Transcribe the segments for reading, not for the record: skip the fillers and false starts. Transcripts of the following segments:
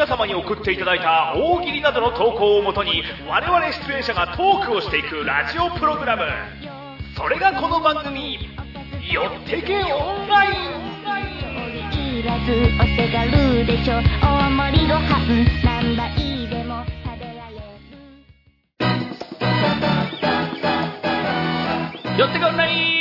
皆様に送っていただいた大喜利などの投稿をもとに我々出演者がトークをしていくラジオプログラム、それがこの番組よってけオンライン。いらずお手軽でしょ、大盛りご飯何杯でも食べられる。よってけオンライン。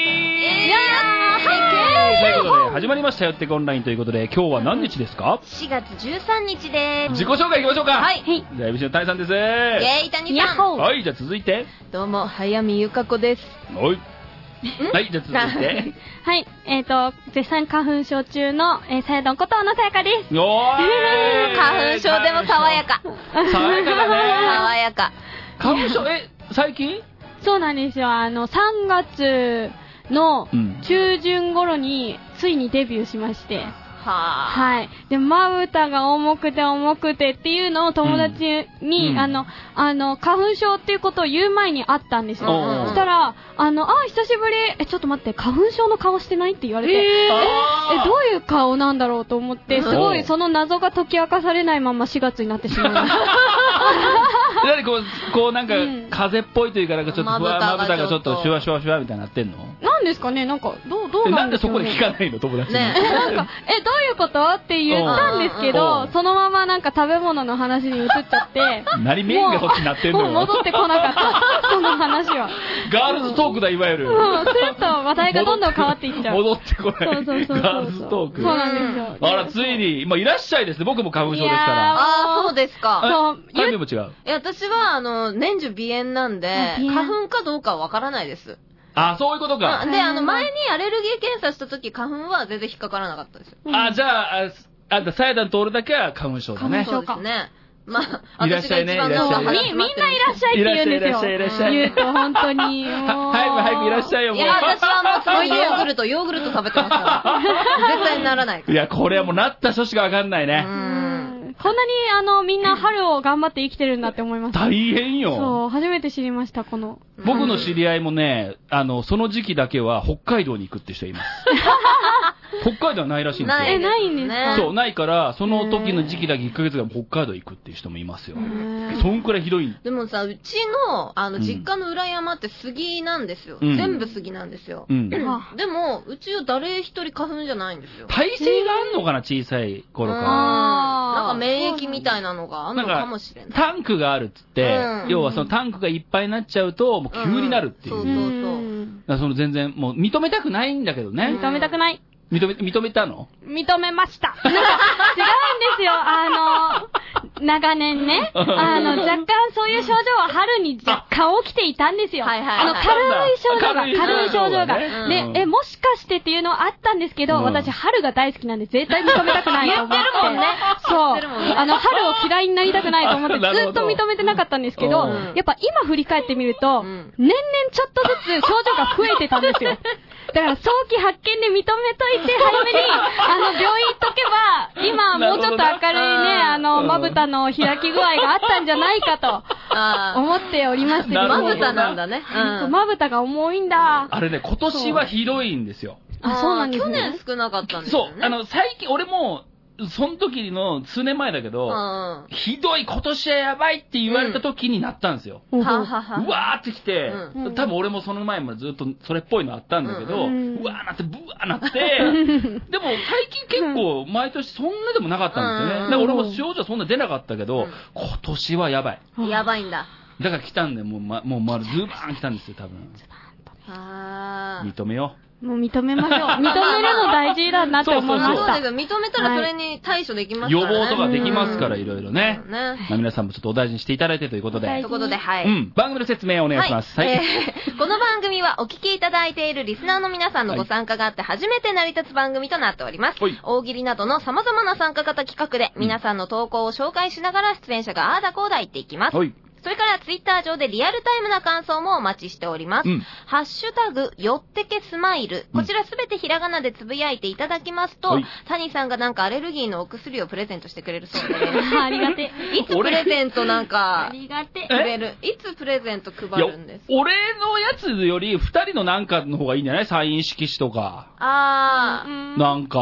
ということで始まりましたよってけオンラインということで、今日は何日ですか ？4月13日です。 自己紹介いきましょうか。 はい。 じゃあ MC の谷さんです。イェイ谷さん。 はい、じゃあ続いて。 どうも早見ゆか子です。 はい。はい、じゃあ続いて。 はい、絶賛花粉症中の、さやどんこと小野さやかです。 おーい花粉症でも爽やか。 爽やかだね。 爽やか。 花粉症、最近？ そうなんですよ。3月の中旬頃についにデビューしまして。はい。で、まぶたが重くてっていうのを友達に、花粉症っていうことを言う前に会ったんですよ。そしたら、久しぶり、ちょっと待って、花粉症の顔してないって言われて、どういう顔なんだろうと思って、すごいその謎が解き明かされないまま4月になってしまいました。 何こうなんか風邪っぽいというか、なんかちょっとまぶたがちょっとシュワシュワシュワみたいになってんの？ なんですかね、なんかどうなんでしょうね。 なんでそこで聞かないの友達に。 なんかどういうことって言ったんですけど、そのままなんか食べ物の話に移っちゃって、 何メインがこっちになってんのよ。 もう戻ってこなかった。その話は。 ガールズトークだいわゆる。 すると話題がどんどん変わっていっちゃう。 戻ってこない。 そうガールズトーク。 そうなんですよ。 あら、ついに今いらっしゃいですね。僕も花粉症ですから。 ああ、そうですか。 そう。タイムも違う。 私は年中鼻炎なんで花粉かどうかはわからないです。 あ、そういうことか。 で、前にアレルギー検査した時花粉は全然引っかからなかったですよ。 じゃあ、あんた、さやだんと俺だけは花粉症だね。 そうですね。まあ、 いらっしゃいね、いらっしゃいね。 みんないらっしゃいって言うんですよ。 いらっしゃい。 言うと本当に。 早くいらっしゃいよ、もう。 いや、私はもうすごいヨーグルト食べてますから。絶対にならない。 いや、これはもうなった人しかわかんないね。 こんなにみんな春を頑張って生きてるんだって思いました。 大変よ。 そう、初めて知りました、この。 僕の知り合いもね、その時期だけは北海道に行くって人います。北海道はないらしいんですよ。 ないんですか？ そう、ないから、その時の時期だけ1ヶ月が北海道行くっていう人もいますよ。そんくらいひどい。 でもさ、うちの、実家の裏山って杉なんですよ。全部杉なんですよ。でも、うちは誰一人花粉じゃないんですよ。 耐性があんのかな、小さい頃から。 なんか免疫みたいなのがあんのかもしれない。 タンクがあるっつって、要はそのタンクがいっぱいになっちゃうと、もう急になるっていう。そう。その全然、もう認めたくないんだけどね。 認めたくない。 認めたの？ 認めました。なんか違うんですよ。長年ね、若干そういう症状は春に若干起きていたんですよ。軽い症状が。で、もしかしてっていうのはあったんですけど、私春が大好きなんで絶対認めたくないと思って。 言ってるもんね。 そう。春を嫌いになりたくないと思ってずっと認めてなかったんですけど、やっぱ今振り返ってみると、年々ちょっとずつ症状が増えてたんですよ。だから早期発見で認めといて早めに病院行っとけば今もうちょっと明るいねまぶたの開き具合があったんじゃないかと思っておりまして、 まぶたなんだね。 まぶたが重いんだ。 あれね、今年はひどいんですよ。 そうなんですね。 去年少なかったんですよね。 そう、最近俺もその時の数年前だけど、ひどい今年はやばいって言われた時になったんですよ。うわーってきて、多分俺もその前もずっとそれっぽいのあったんだけど、うわーなってブワーなって、でも最近結構毎年そんなでもなかったんですよね。だから俺も症状そんな出なかったけど、今年はやばい。 やばいんだ。 だから来たんで、もうズバーン来たんですよ、多分。認めよう。 もう認めましょう。認めるの大事だなって思いました。 そう認めたらそれに対処できますからね。 予防とかできますから、いろいろね。皆さんもちょっとお大事にしていただいてということで。 はい。 番組の説明をお願いします。 この番組はお聞きいただいているリスナーの皆さんのご参加があって初めて成り立つ番組となっております。大喜利などの様々な参加型企画で皆さんの投稿を紹介しながら出演者があーだこーだ言っていきます。それからツイッター上でリアルタイムな感想もお待ちしております。ハッシュタグ、よってけスマイル。こちらすべてひらがなでつぶやいていただきますと、谷さんがなんかアレルギーのお薬をプレゼントしてくれるそうで。 ありがて。 いつプレゼントなんか、 ありがて。 くれる。いつプレゼント配るんですか？ 俺のやつより二人のなんかの方がいいんじゃない？サイン色紙とか。なんか。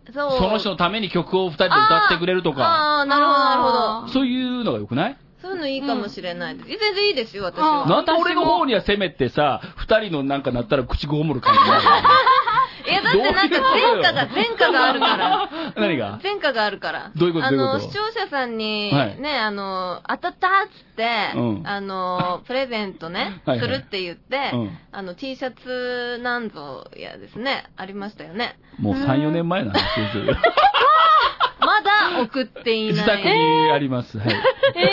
その人のために曲を2人で歌ってくれるとか。 ああ、なるほど、なるほど。 そういうのがよくない？ そういうのいいかもしれないです。全然いいですよ、私は。 なんで俺の方にはせめてさ、2人のなんかなったら口ごもる感じになるの？ いや、だってなんか前科があるから。 何が？ 前科があるから。 どういうこと？ 視聴者さんに、ね、当たったっつって、プレゼントね、するって言って、T シャツなんぞやですね、ありましたよね。 もう3、4年前の話ですよ。 まだ送っていない。 自宅にあります。はい。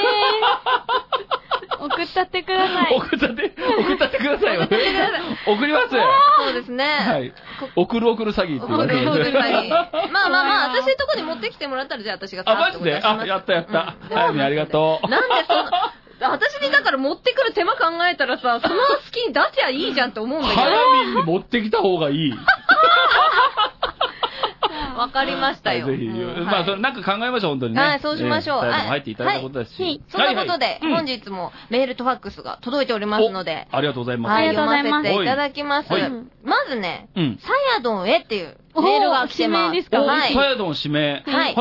送ったってください。 送ったってくださいよ。送ります。 そうですね。 はい。送る詐欺って言われて。 送る詐欺。まあ、私のとこに持ってきてもらったら、じゃあ私がさ。 マジで？やった。はい、ありがとう。 なんで私にだから持ってくる手間考えたらさ、その好きに出しゃいいじゃんって思うんだけど。 早見に持ってきた方がいい。 わかりましたよ。 ぜひ。まあ、それなんか考えましょう、本当にね。 はい、そうしましょう。 入っていただいたことだし。 そんなことで、本日もメールとファックスが届いておりますので。 ありがとうございます。 はい、読ませていただきます。まずね、サヤドンへっていうメールが来てます。 指名ですか？ はい。サヤドン指名。 はい。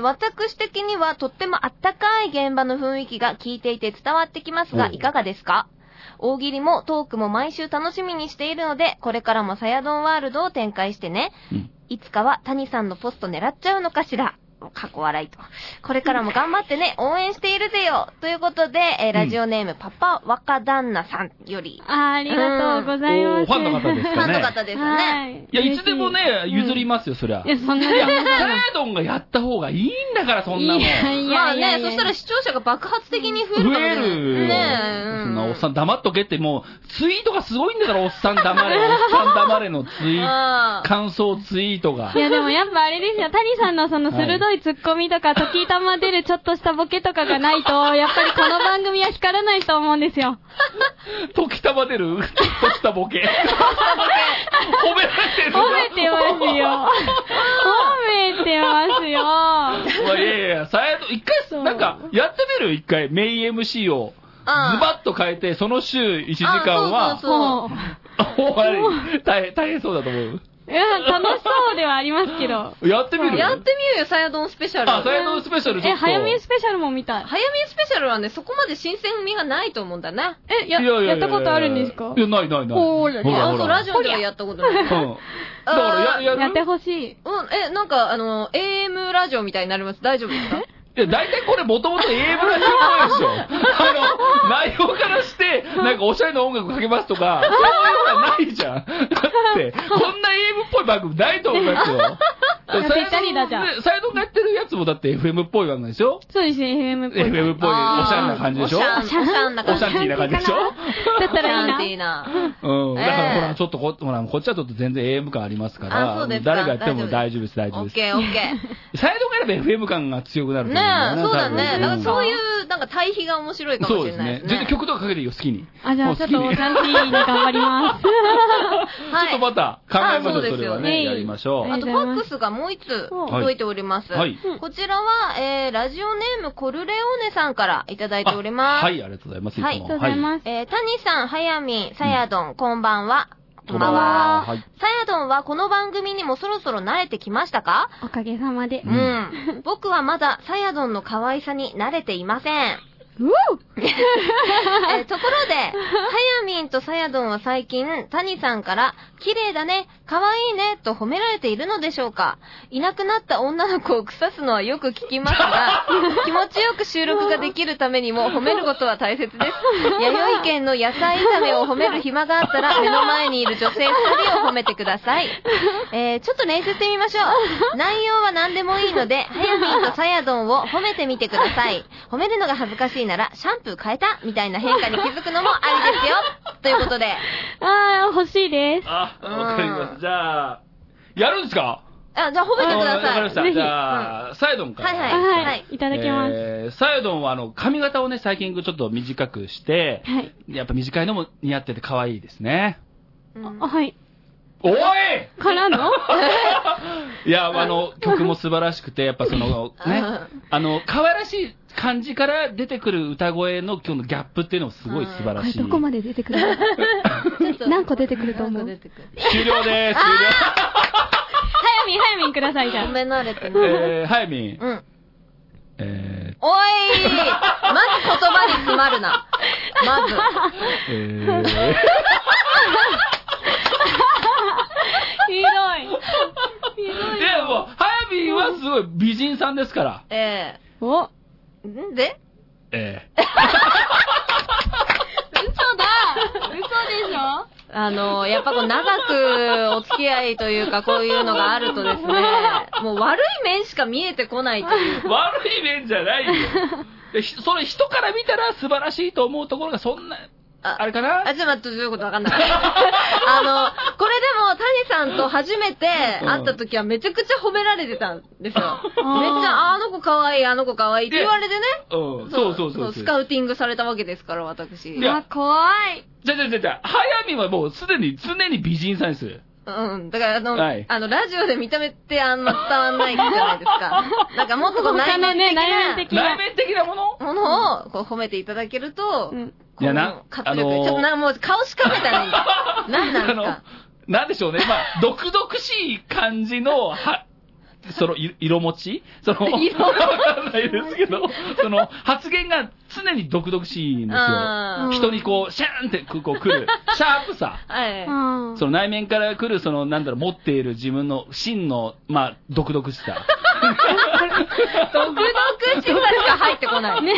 私的にはとってもあったかい現場の雰囲気が聞いていて伝わってきますが、いかがですか？大喜利もトークも毎週楽しみにしているので、これからもサヤドンワールドを展開してね。いつかは谷さんのポスト狙っちゃうのかしら。過去笑いと。これからも頑張ってね、応援しているぜよということで、ラジオネーム、パパ若旦那さんより。 ありがとうございます。 ファンの方ですかね。 ファンの方ですね。 いや、いつでもね、譲りますよ、そりゃ。 いや、そんな。 サヤドンがやった方がいいんだから、そんなもん。 まあね、そしたら視聴者が爆発的に増えるかもしれない。 増えるよ。そんなおっさん黙っとけって、もう、ツイートがすごいんだから、おっさん黙れ、おっさん黙れのツイート、感想ツイートが。 いや、でもやっぱあれですよ、谷さんのその鋭いツッコミとか、時たま出るちょっとしたボケとかがないと、やっぱりこの番組は光らないと思うんですよ。 時たま出るちょっとしたボケ。褒められてる。 褒めてますよ。褒めてますよ。 いや、一回、なんか、やってみる？一回、メイン MC を。ズバッと変えて、その週1時間は、大変そうだと思う。 いや、楽しそうではありますけど。 やってみる？ やってみようよ、サヤドンスペシャル。 サヤドンスペシャルちょっと。 早見スペシャルも見たい。 早見スペシャルはね、そこまで新鮮味がないと思うんだね。 やったことあるんですか？ いや、ない。 ほら。 そう、ラジオではやったことない。 だからやってほしい。 なんか、AM ラジオみたいになります。大丈夫ですか？ いや、大体これもともと AM ラジオっぽいでしょ。内容からして、なんかおしゃれな音楽かけますとか、そういうのがないじゃん。だって、こんな AM っぽい番組ないと思いますよ。 ぴったりだじゃん。 サイドがやってるやつもだって FM っぽい番組でしょ？ そうですね、FM っぽい。 FM っぽい、おしゃれな感じでしょ？ おしゃんな感じ。 おしゃんティーな感じでしょ？ だったらいいな。 うん。だからほら、ちょっとほら、こっちはちょっと全然 AM 感ありますから、誰がやっても大丈夫です、大丈夫です。 オッケー。 サイドがやれば FM 感が強くなると思う。 ねえ、そうだね。だからそういう、なんか対比が面白いかもしれないですね。 全然曲とかかけていいよ、好きに。 じゃあちょっとオシャンティーに頑張ります。ちょっとまた考えましょう、それはね。やりましょう。 あと、ファックスがもう一つ届いております。こちらは、ラジオネームコルレオーネさんからいただいております。 はい、ありがとうございます。 ありがとうございます。 谷さん、はやみん、さやどん、こんばんは。こんばんは。さやどんはこの番組にもそろそろ慣れてきましたか？ おかげさまで。 僕はまださやどんの可愛さに慣れていません。ところで、はやみんとさやどんは最近、谷さんから、綺麗だね、可愛いね、と褒められているのでしょうか？いなくなった女の子を腐すのはよく聞きますが、気持ちよく収録ができるためにも褒めることは大切です。弥生県の野菜炒めを褒める暇があったら、目の前にいる女性2人を褒めてください。ちょっと練習してみましょう。内容は何でもいいので、はやみんとさやどんを褒めてみてください。褒めるのが恥ずかしいならシャンプー変えたみたいな変化に気づくのもありですよということで。 欲しいです。 わかります。じゃあ、やるんですか？ じゃあ褒めてください。 わかりました。じゃあ、サヤドンから。 はい。いただきます。 サヤドンは髪型をね、最近ちょっと短くして、やっぱ短いのも似合ってて可愛いですね。 はい。 おいからのいや、曲も素晴らしくて、やっぱね、可愛らしい感じから出てくる歌声の今日のギャップっていうのもすごい素晴らしい。 どこまで出てくる何個出てくると思う？ 終了です。終了。 は早見ください、じゃあ。 褒め慣れてね。 早見。 うん。おいまず言葉に詰まるな。まず。 ひどい。 いや、もう、早見はすごい美人さんですから。 おんで嘘だ嘘でしょやっぱこう長くお付き合いというかこういうのがあるとですね、もう悪い面しか見えてこないという。 悪い面じゃないよ。それ人から見たら素晴らしいと思うところがそんな、あれかな？ ちょっと待って、どういうことわかんない。これでも、谷さんと初めて会った時はめちゃくちゃ褒められてたんですよ。めっちゃ、あの子かわいい、あの子かわいいって言われてね。そう。スカウティングされたわけですから、私。 いや、怖い。 じゃ、早見はもう常に美人さんです。 だからラジオで見た目ってあんま伝わんないじゃないですか。なんかもっとこう内面的なものをこう褒めていただけると、 いやな、 ちょっともう顔しかめたらいい。何なんですか？ なんでしょうね。まあ、毒々しい感じの、その、色持ちわかんないですけど、その、発言が常に毒々しいんですよ。人にこう、シャーンってこう来る、シャープさ。その内面から来る、その、持っている自分の真の、まあ、毒々しさ。 毒々しさしか入ってこない。ね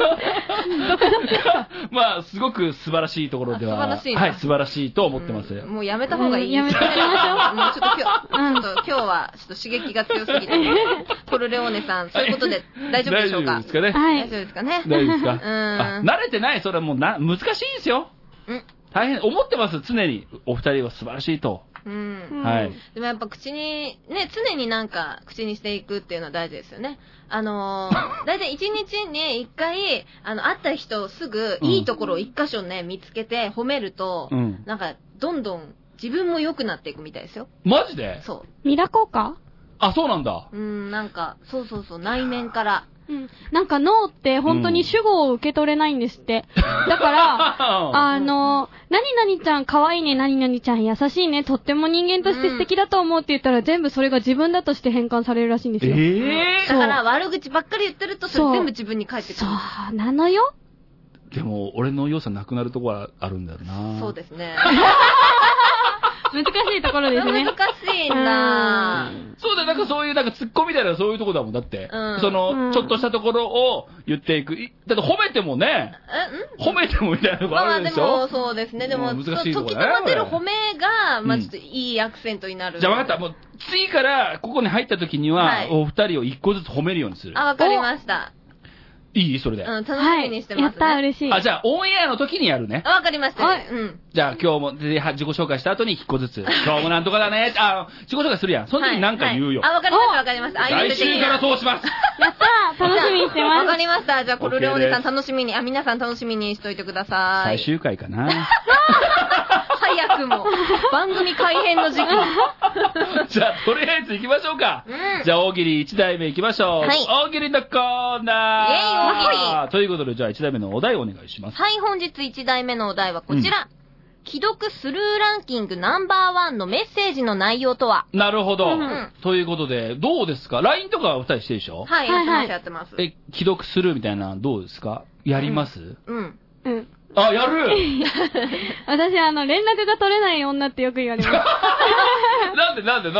まあ、すごく素晴らしいところでは。 素晴らしい。 はい、素晴らしいと思ってます。 もうやめた方がいい。 やめましょう。 もうちょっと今日は、ちょっと刺激が強すぎて。コルレオーネさん、そういうことで大丈夫でしょうか？ 大丈夫ですかね。 大丈夫ですかね。 大丈夫ですか？慣れてない、それはもう難しいですよ。大変、思ってます、常に。お二人は素晴らしいと。はい。 でもやっぱ口に、ね、常になんか口にしていくっていうのは大事ですよね。だいたい1日に1回、会った人をすぐいいところを1箇所ね、見つけて褒めると、なんか、どんどん自分も良くなっていくみたいですよ。 マジで？ そう。 ミラ効果？ あ、そうなんだ。 なんか、そう、内面から。 なんか脳って本当に主語を受け取れないんですって。だから、何々ちゃん可愛いね、何々ちゃん優しいね、とっても人間として素敵だと思うって言ったら全部それが自分だとして変換されるらしいんですよ。 だから悪口ばっかり言ってるとそれ全部自分に返ってくる。 そうなのよ。 でも、俺の良さなくなるところはあるんだよな。 そうですね。 難しいところですね。 難しいんだ。 そうだ、なんかそういう、ツッコミみたいなそういうとこだもん。だって、その、ちょっとしたところを言っていく。だって褒めてもね、褒めてもみたいなとこあるでしょ？ まあでも、そうですね。でも、時とまってる褒めが、まあちょっといいアクセントになる。 じゃあ分かった。もう、次からここに入った時には、お二人を一個ずつ褒めるようにする。 わかりました。 いいそれで。 楽しみにしてますね。 やった、嬉しい。 じゃあ、オンエアの時にやるね。 わかりました。 じゃあ、今日も、自己紹介した後に一個ずつ、今日もなんとかだね。自己紹介するやん。その時に何か言うよ。 わかりました。 来週からそうします。 やったー、楽しみにしてます。 わかりました。じゃあ、コルレオーネさん楽しみに、皆さん楽しみにしといてください。 最終回かな。 早くも、番組改編の時期。 じゃあ、とりあえず行きましょうか。じゃあ、大喜利1題目行きましょう。大喜利のコーナー。 イェイ、大喜利。 ということで、じゃあ1題目のお題をお願いします。 はい、本日1題目のお題はこちら。既読スルーランキングナンバー1のメッセージの内容とは？ なるほど。ということで、どうですか？ LINE とかはお二人してるでしょ？ はい、やってます。 既読スルーみたいなのどうですか？やります？やる私、連絡が取れない女ってよく言われます。 なんでなんか、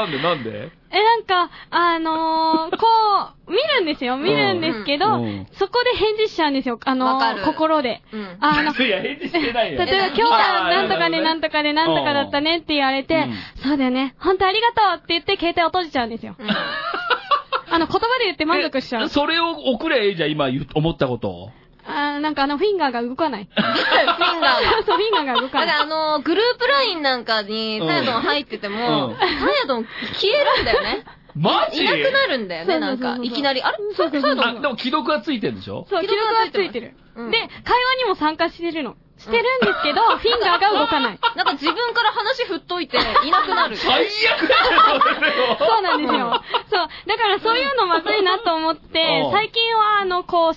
見るんですけど、そこで返事しちゃうんですよ。心で。 いや、返事してないよ。 例えば、今日はなんとかでなんとかでなんとかだったねって言われて、そうだよね、本当ありがとうって言って携帯を閉じちゃうんですよ。言葉で言って満足しちゃう。 それを送れ、じゃあ今思ったことを。 なんかフィンガーが動かない。フィンガーが動かない。 グループラインなんかにサヤドン入ってても、サヤドン消えるんだよね。 マジ？ いなくなるんだよね、なんか。いきなり。あれ？ そう。 でも既読はついてるんでしょ？ そう、既読はついてる。で、会話にも参加してるんですけど、フィンガーが動かない。 なんか自分から話振っといて、いなくなる。 最悪だよ、 そうなんですよ。そう。だからそういうのまずいなと思って、最近はスタンプ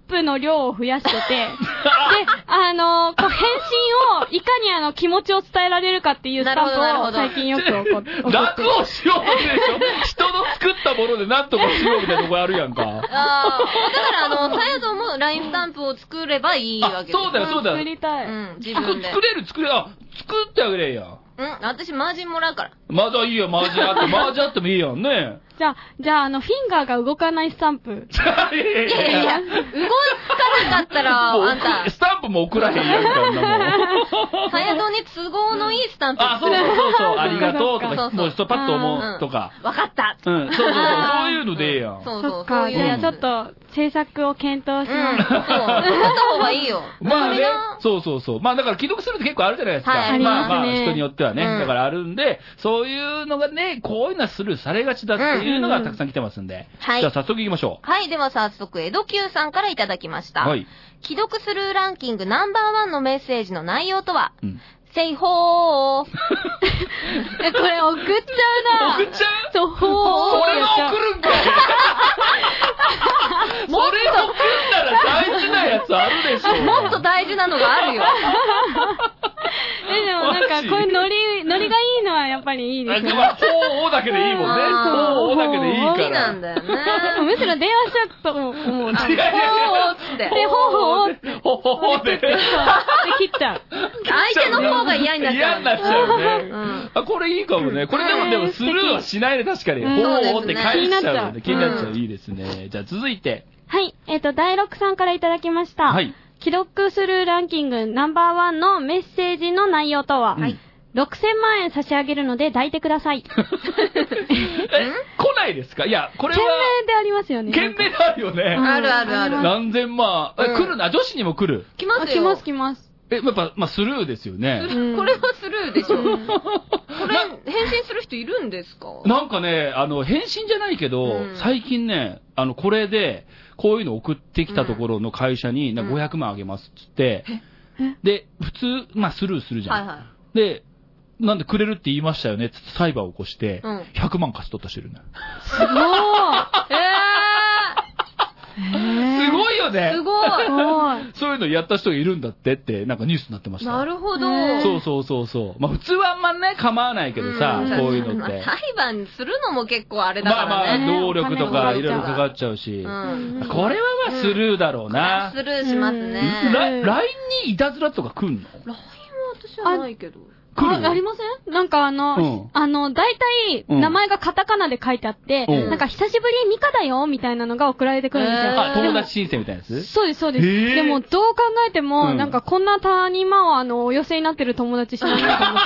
プの量を増やしてて、で、返信を、いかに気持ちを伝えられるかっていうスタンプを最近よく送って。 楽をしようでしょ。人の作ったものでなんとかしようみたいなとこあるやんか。だからさやとも LINE スタンプを作ればいいわけです。 そうだよ、そうだよ。 作りたい。 自分で。 作ってあげれや。 私マージンもらうから。 マージャンいいよ、マージャンあってもいいやんね。 じゃあ、フィンガーが動かないスタンプ。 いや、動かなかったら、あんた。 スタンプも送らへんやんか、あんなもん。 さやとに都合のいいスタンプ。 そう、ありがとうとか、もうパッと思うとか。 わかった。 そういうのでええやん。 そういう。ちょっと、制作を検討します。 そう。やった方がいいよ。 まあね、そう。まあだから既読するって結構あるじゃないですか。まあ人によってはね。だからあるんで、そういうのがね、こういうのはスルーされがちだっていうのがたくさん来てますんで。じゃあ早速行きましょう。 はい、では早速、江戸 Q さんからいただきました。 はい。 既読スルーランキングナンバー1のメッセージの内容とは、せいほー。これ送っちゃうな。 送っちゃう？ そう、ほー。 それが送るんかい。それ送ったら大事なやつあるでしょ。 もっと大事なのがあるよ。 でもなんか、こういうノリがいいのはやっぱりいいですね。 ほーだけでいいもんね。ほーだけでいいから。 好きなんだよね。 むしろ電話しちゃうと思う。ほーって。 で、ほーって。 ほーで。 で、切っちゃう。 相手の方が嫌になっちゃう。 嫌になっちゃうね。これいいかもね。これでもスルーはしないで確かに。ほーって返しちゃう。気になっちゃう。いいですね。じゃあ続いて。 はい。第6さんからいただきました。はい。既読スルーランキングナンバー1のメッセージの内容とは、はい、6000万円差し上げるので抱いてください。来ないですか？いや、これは。 懸命でありますよね。 懸命であるよね。 ある。 何千万。来るな、女子にも来る。 来ますよ。 来ます。 やっぱ、スルーですよね。 これはスルーでしょ。これ、返信する人いるんですか？ なんかね、返信じゃないけど、最近ね、これで、こういうの送ってきたところの会社に、500万あげますっつって、で、普通、スルーするじゃん。で、なんでくれるって言いましたよねっつって裁判を起こして、100万貸し取った人いるね。 すごーすごいよね。 すごい。 そういうのやった人がいるんだって、なんかニュースになってました。 なるほど。 そう。まあ普通はあんまね、構わないけどさ、こういうのって。 裁判するのも結構あれだからね。 能力とかいろいろかかっちゃうし。これはスルーだろうな。 スルーしますね。 LINE にいたずらとか来んの？ LINE は私はないけど。 ありません？なんか大体、名前がカタカナで書いてあって、なんか久しぶりミカだよみたいなのが送られてくるんですよ。 友達申請みたいなやつ？ そうです。でも、どう考えても、なんかこんな谷間をお寄せになってる友達しないなと思って。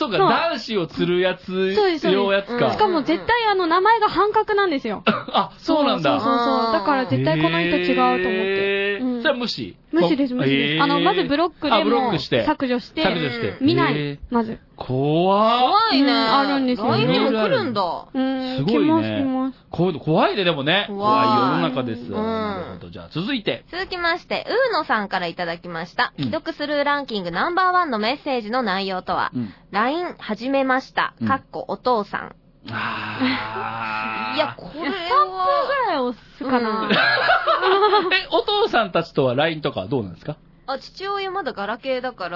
そうか、男子を釣るやつ用やつか。 しかも絶対名前が半角なんですよ。 あ、そうなんだ。 そう。だから絶対この人違うと思って。 それは無視？ 無視です。まずブロックでも削除して、見ない。まず。 怖いね。 あるんですよね。 LINE にも来るんだ。 すごいね。こういうの怖いね、でもね。怖い世の中です。なるほど。じゃあ続いて。 続きまして、ウーノさんからいただきました。既読スルーランキングナンバー1のメッセージの内容とは、LINE 始めました。お父さん。いや、これは。3分ぐらい押すかな。 お父さんたちとは LINE とかどうなんですか？ 父親まだガラケーだから、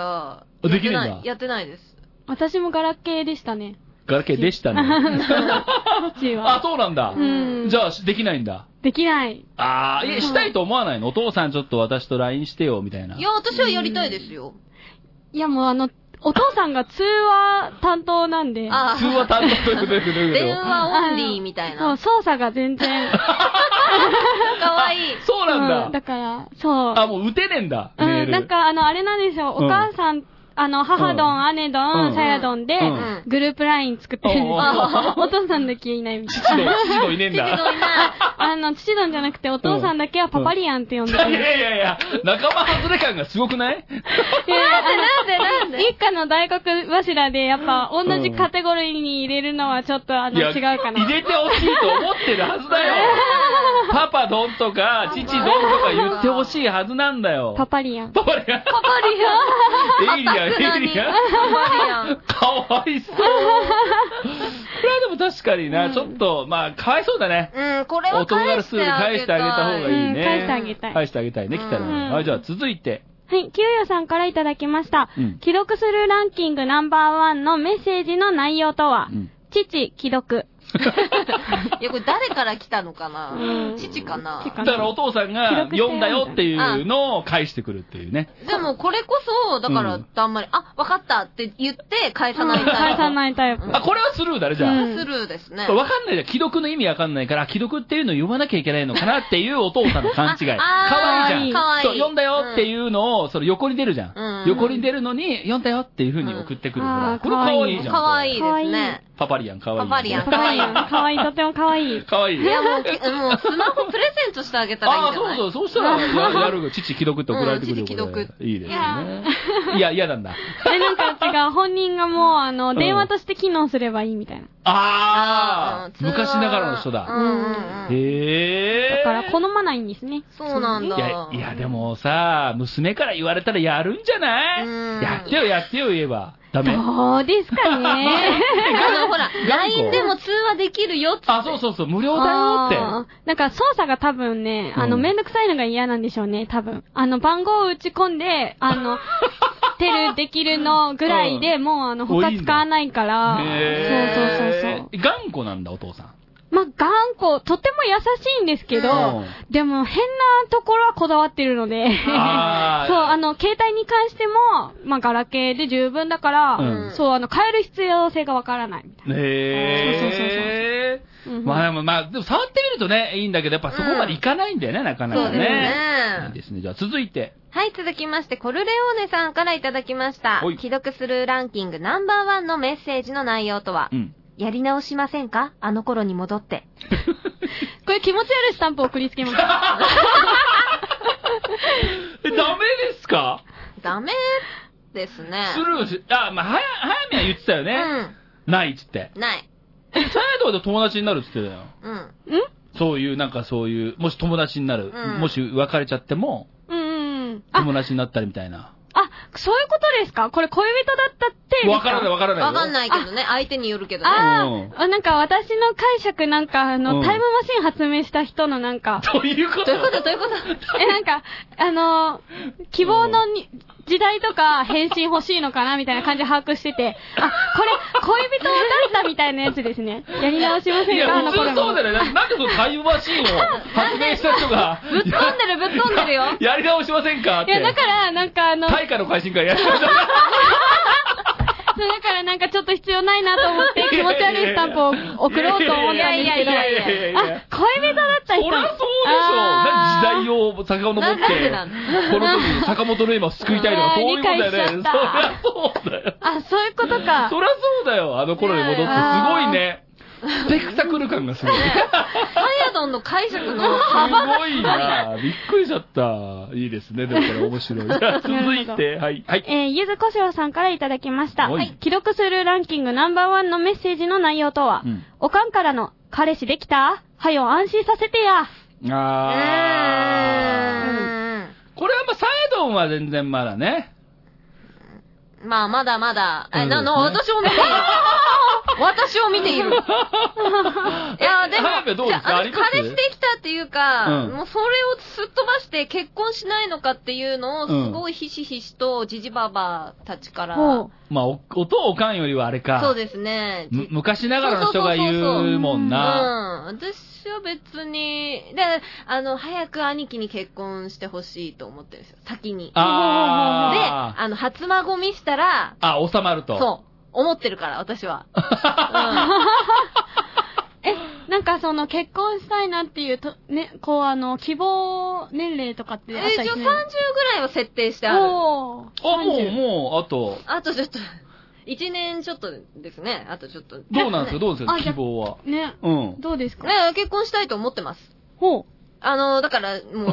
できないんだ。 やってないです。 私もガラケーでしたね。 ガラケーでしたね。そうなんだ。じゃあ、できないんだ。 できない。 したいと思わないの？お父さんちょっと私と LINE してよ、みたいな。 いや、私はやりたいですよ。 いや、もうお父さんが通話担当なんで。 通話担当ということで。 電話オンリーみたいな。 操作が全然。 かわいい。 そうなんだ。 だから、そう。 もう打てねえんだ。 なんかあれなんですよ。お母さん、母ドン、姉ドン、さやドンで、グループライン作ってるんですよ。お父さんだけいないみたいな。 父ドンいねえんだ。 父ドンじゃなくてお父さんだけはパパリアンって呼んでる。 いや、仲間外れ感がすごくない？ なんで一家の大黒柱で、やっぱ同じカテゴリーに入れるのはちょっと違うかな。 入れてほしいと思ってるはずだよ。パパドンとか、父ドンとか言ってほしいはずなんだよ。 パパリアン。 エイリアン。かわいそう。 れはでも確かにな、ちょっと、まあ、かわいそうだね。 これは返してあげた方がいいね。 返してあげたい。 返してあげたいね、来たらね。はい、じゃあ続いて。 はい、きゅうよさんからいただきました。既読するランキングナンバー1のメッセージの内容とは、父、既読。 いや、これ誰から来たのかな、父かな。 だからお父さんが読んだよっていうのを返してくるっていうね。 でもこれこそ、だから、あんまり、わかったって言って返さないタイプ。 返さないタイプ。 これはスルーだね、じゃあ。 スルーですね。 わかんないじゃん。既読の意味わかんないから、既読っていうのを読まなきゃいけないのかなっていうお父さんの勘違い。かわいいじゃん。 かわいい。 そう、読んだよっていうのを、その横に出るじゃん。横に出るのに、読んだよっていう風に送ってくるから。これかわいいじゃん。 かわいいですね。 パパリアン、かわいい。 パパリアン、 かわいい。かわいい、とてもかわいい。 かわいい。 いや、もうスマホプレゼントしてあげたらいいんじゃない？ そうしたら、やる父既読って送られてくるよ。 父既読。 いいですね。いや、嫌なんだ。 なんか違う、本人がもう、電話として機能すればいいみたいな。 昔ながらの人だ。へだから好まないんですね。 そうなんだ。 いや、でもさ、娘から言われたらやるんじゃない？やってよ言えば。ダメ？ どうですかね。 ほら、LINE でも通話できるよって。 そう、無料だよって。 なんか操作が多分ね、めんどくさいのが嫌なんでしょうね、多分。番号を打ち込んで、できるのぐらいで、もう他使わないから。そう。 頑固なんだ、お父さん。 まあ、頑固、とても優しいんですけど、でも変なところはこだわってるので、そう、携帯に関しても、まあ、ガラケーで十分だから、そう、変える必要性がわからないみたいな。そう。 まあ、でも触ってみるとね、いいんだけど、やっぱそこまでいかないんだよね、なかなかね。 そうですね。 いいですね。じゃあ続いて。 はい、続きまして、コルレオーネさんからいただきました。既読するランキングナンバー1のメッセージの内容とは、やり直しませんか？あの頃に戻って。 これ気持ち悪いスタンプを送りつけます。ダメですか？ ダメですね。 スルーし、まあ、早めは言ってたよね。ないっつって。 ない。 サイドで友達になるっつってたよ。そういう、もし友達になる。もし別れちゃっても、友達になったりみたいな。 そういうことですか？これ恋人だったってわからない。 わかんないけどね。相手によるけどね。 なんか私の解釈タイムマシン発明した人のどういうこと？ 希望の時代とか返信欲しいのかなみたいな感じで把握してて、これ恋人だったみたいなやつですね。やり直しませんか？ 普通そうだよね。なんでそのタイムマシンを発明した人がぶっ飛んでるよ。 やり直しませんかって。 いや、だから大化の改新からやりました。 だからちょっと必要ないなと思って気持ち悪いスタンプを送ろうと思ったんですけど、恋人だった人。 そりゃそうでしょ。時代を遡って、この時坂本龍馬を救いたいとかそういうことだよね。そりゃそうだよ。 そういうことか。 そりゃそうだよ。あの頃に戻ってすごいね。スペクタクル感がすごい。ハヤドンの解釈の幅がすごいな。びっくりしちゃった。いいですね。でもこれ面白い。続いて、はい。 ゆずこしょうさんからいただきました。既読するランキングナンバー1のメッセージの内容とは、おかんからの、彼氏できた？はよ安心させてや。 これはサイドンは全然まだね。 まあ、まだ。私を見ている。いや、でも、彼氏できたっていうか、もうそれをすっ飛ばして結婚しないのかっていうのを、すごいひしひしとジジババたちから。 まあ、おかんよりはあれか。 そうですね。 昔ながらの人が言うもんな。 私は別に、早く兄貴に結婚してほしいと思ってるんですよ。先に。で、初孫見したら、 収まると。 そう。思ってるから、私は。 結婚したいなっていうと、ね、希望年齢とかってあったりする？ 一応30ぐらいは設定してある。 もう、あとちょっと、1年ちょっとですね。あとちょっと。 どうなんですか希望は。 ね。どうですか？ 結婚したいと思ってます。だから、もう、すぐ、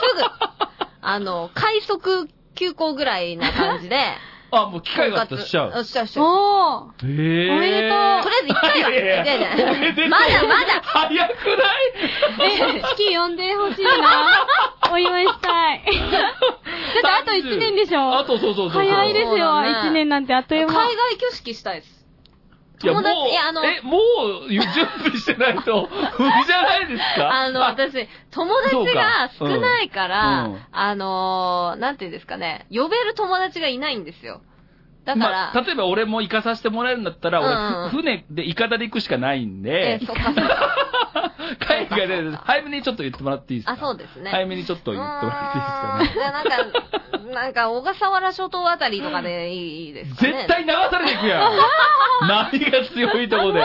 快速急行ぐらいな感じで、 もう機会があったらしちゃう。 しちゃう。おめでとう。とりあえず1回は。まだ。 早くない式呼んでほしいな。お祝いしたい。だってあと1年でしょ。 そう。 早いですよ。1年なんてあっという間。 海外挙式したいです。 友達、 もう準備してないと、無理じゃないですか私、友達が少ないから、なんていうんですかね、呼べる友達がいないんですよ。だから、 例えば俺も行かさせてもらえるんだったら、俺、船で、イカダで行くしかないんで、 そっか。 海外で、早めにちょっと言ってもらっていいですか？ そうですね。 早めにちょっと言ってもらっていいですかね。なんか、小笠原諸島あたりとかでいいですかね。 絶対流されていくやん。波が強いとこで。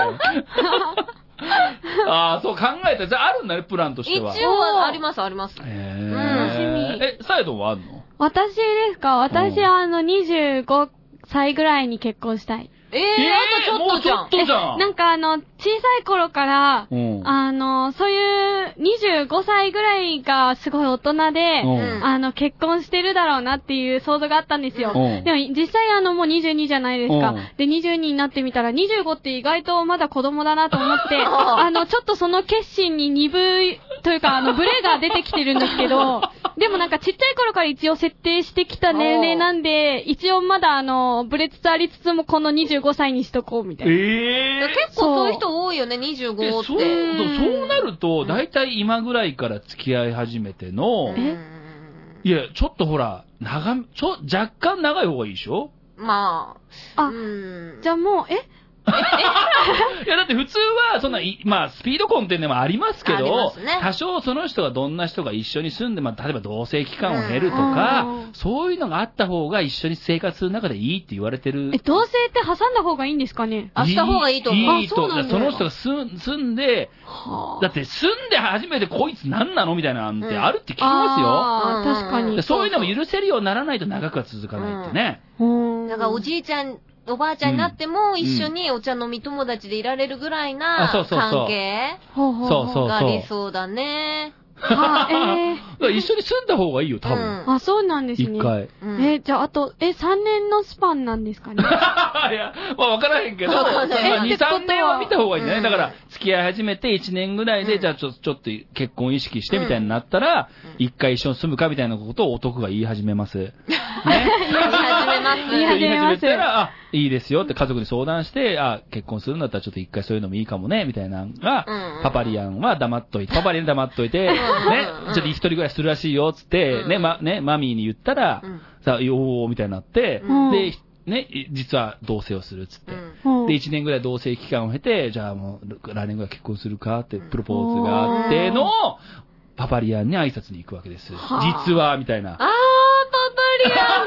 そう考えたら、じゃああるんだね、プランとしては。 一応あります。 楽しみ。 サイドはあるの？ 私ですか？私、25歳ぐらいに結婚したい。 あとちょっとじゃん。 なんか小さい頃から、そういう25歳ぐらいがすごい大人で、結婚してるだろうなっていう想像があったんですよ。でも実際もう22じゃないですか。で、22になってみたら25って意外とまだ子供だなと思って、ちょっとその決心に鈍い、というかブレが出てきてるんですけど、でもなんかちっちゃい頃から一応設定してきた年齢なんで、一応まだブレつつありつつもこの25歳にしとこうみたいな。 結構そういう人多いよね、25って。 そうなると、だいたい今ぐらいから付き合い始めての、いや、ちょっとほら、若干長い方がいいでしょ？ まあ。じゃあもう、 いや、だって普通は、そんな、スピード婚っていうのもありますけど、多少その人がどんな人が一緒に住んで、例えば同棲期間を経るとか、そういうのがあった方が一緒に生活する中でいいって言われてる。 同棲って挟んだ方がいいんですかね？ した方がいいと思う。 いいと。その人が住んで、だって住んで初めてこいつ何なのみたいなのってあるって聞きますよ。確かに。 そういうのも許せるようにならないと長くは続かないってね。 だからおじいちゃん、おばあちゃんになっても一緒にお茶飲み友達でいられるぐらいな関係がありそうだね。 一緒に住んだ方がいいよ、多分。 そうなんですね。 一回。 じゃあ、あと、3年のスパンなんですかね。いや、わからへんけど、2、3年は見た方がいいんじゃない？だから、付き合い始めて1年ぐらいで、じゃあちょっと結婚意識してみたいになったら、一回一緒に住むかみたいなことを男が言い始めます。ね。 言い始めたら、いいですよって家族に相談して、結婚するんだったらちょっと一回そういうのもいいかもね、みたいなのが、パパリアンは黙っといて、ね、ちょっと一人ぐらいするらしいよ、つって、マミーに言ったら、さあ、よー、みたいになって、で、ね、実は同棲をする、つって。で、1年ぐらい同棲期間を経て、じゃあもう、来年ぐらい結婚するかって、プロポーズがあっての、パパリアンに挨拶に行くわけです。実は、みたいな。 パパリアン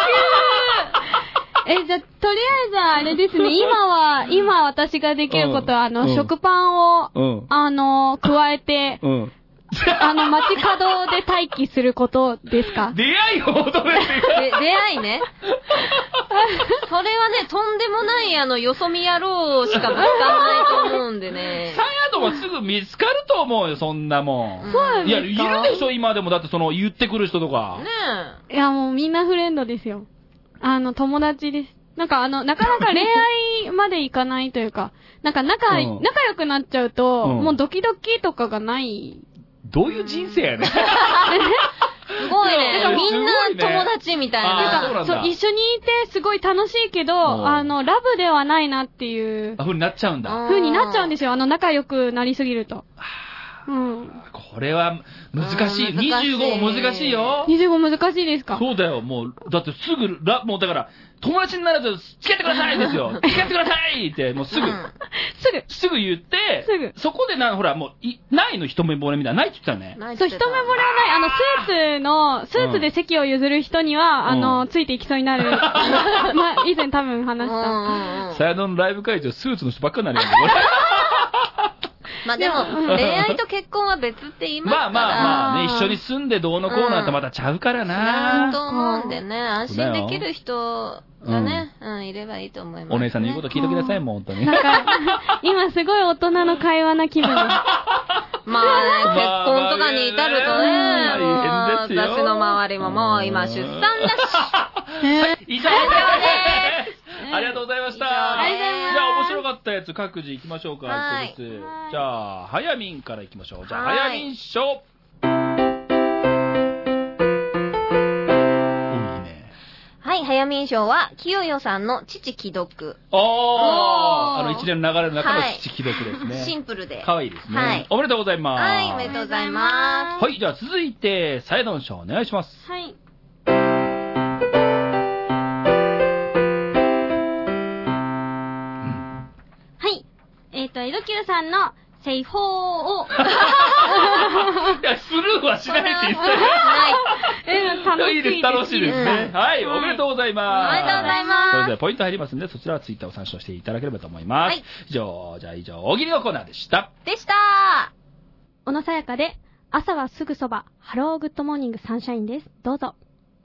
じゃあ、とりあえずあれですね、今私ができることは、食パンを、加えて、街角で待機することですか？ 出会いを求めて出会いね。それはね、とんでもないよそ見野郎しかぶつかんないと思うんでね。 サヤドもすぐ見つかると思うよ、そんなもん。 そうなんですか？ いや、いるでしょ、今でも。だって言ってくる人とか。 ねえ。いや、もうみんなフレンドですよ。友達です。なかなか恋愛までいかないというか、仲良くなっちゃうと、もうドキドキとかがない。 どういう人生やねん。すごいね。みんな友達みたいな。 そう、一緒にいてすごい楽しいけど、ラブではないなっていう。 風になっちゃうんだ。 風になっちゃうんですよ。仲良くなりすぎると。 これは難しい。25も難しいよ。 25難しいですか？ そうだよ。もう、だってすぐ、もうだから、友達にならず、付き合ってくださいですよ。付き合ってくださいって、もうすぐ言って、そこでほら、もう、ないの一目惚れみたいな。ないって言ってたね。 そう、一目惚れはない。スーツで席を譲る人には、ついていきそうになる。以前多分話した。 サヤドのライブ会場、スーツの人ばっかりになるよね。 でも、恋愛と結婚は別って言いますから。 まあね、一緒に住んでどうのこうのってまたちゃうからな。 違うと思うんでね、安心できる人がね、いればいいと思います。 お姉さんの言うこと聞いてください、もう本当に。 今すごい大人の会話な気分です。 まあね、結婚とかに至るとね、もう私の周りももう今出産だし。 以上です。ありがとうございました。じゃあ面白かったやつ各自行きましょうか。じゃあ、はやみんから行きましょう。じゃあ、はやみんしょ。 ははい、早見賞は、清代さんの父既読。 一連の流れの中の父既読ですね。 シンプルで。 可愛いですね。はい。おめでとうございます。 はい、おめでとうございます。 はい、じゃあ続いて、サイドン賞お願いします。 はい。はい。江戸久さんの、製法を。 いや、スルーはしないって言ったよ。 楽しいです。 いいです、楽しいですね。はい、おめでとうございます。 おめでとうございます。 それではポイント入りますので、そちらはツイッターを参照していただければと思います。はい。以上、大喜利のコーナーでした。 小野さやかで、朝はすぐそば、ハローグッドモーニングサンシャインです。どうぞ。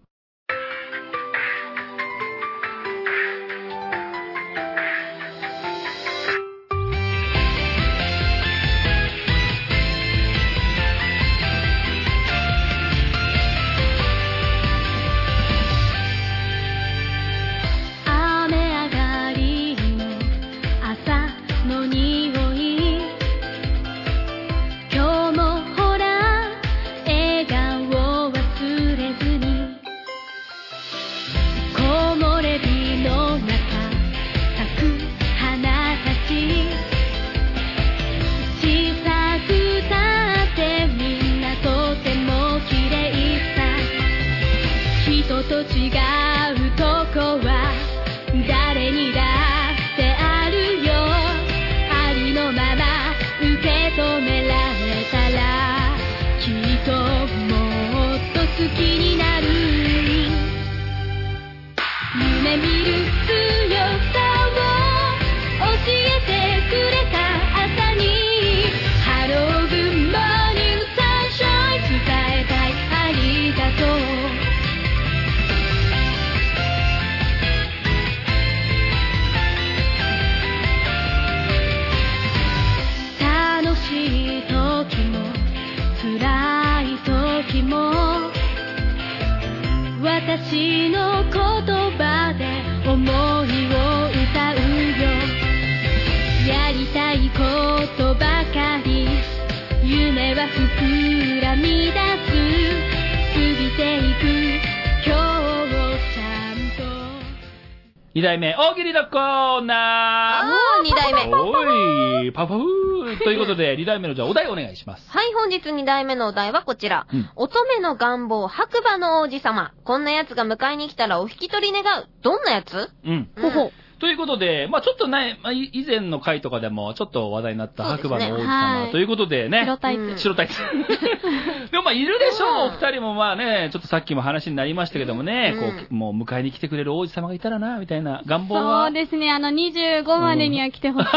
私の言葉で思いを歌うよ。やりたいことばかり、夢は膨らみ出す。過ぎていく今日をちゃんと。 2代目大喜利のコーナー。2代目。 おい、パフということで、2代目のじゃあお題お願いします。 はい、本日2代目のお題はこちら。乙女の願望、白馬の王子様。こんな奴が迎えに来たらお引き取り願う。どんなやつ？ ほほ。 ということで、ちょっとね、以前の回とかでもちょっと話題になった白馬の王子様ということでね。 白タイプ。 白タイプ。でもいるでしょう、お二人もちょっとさっきも話になりましたけどもね、もう迎えに来てくれる王子様がいたらな、みたいな願望は。 そうですね、25までには来てほしい。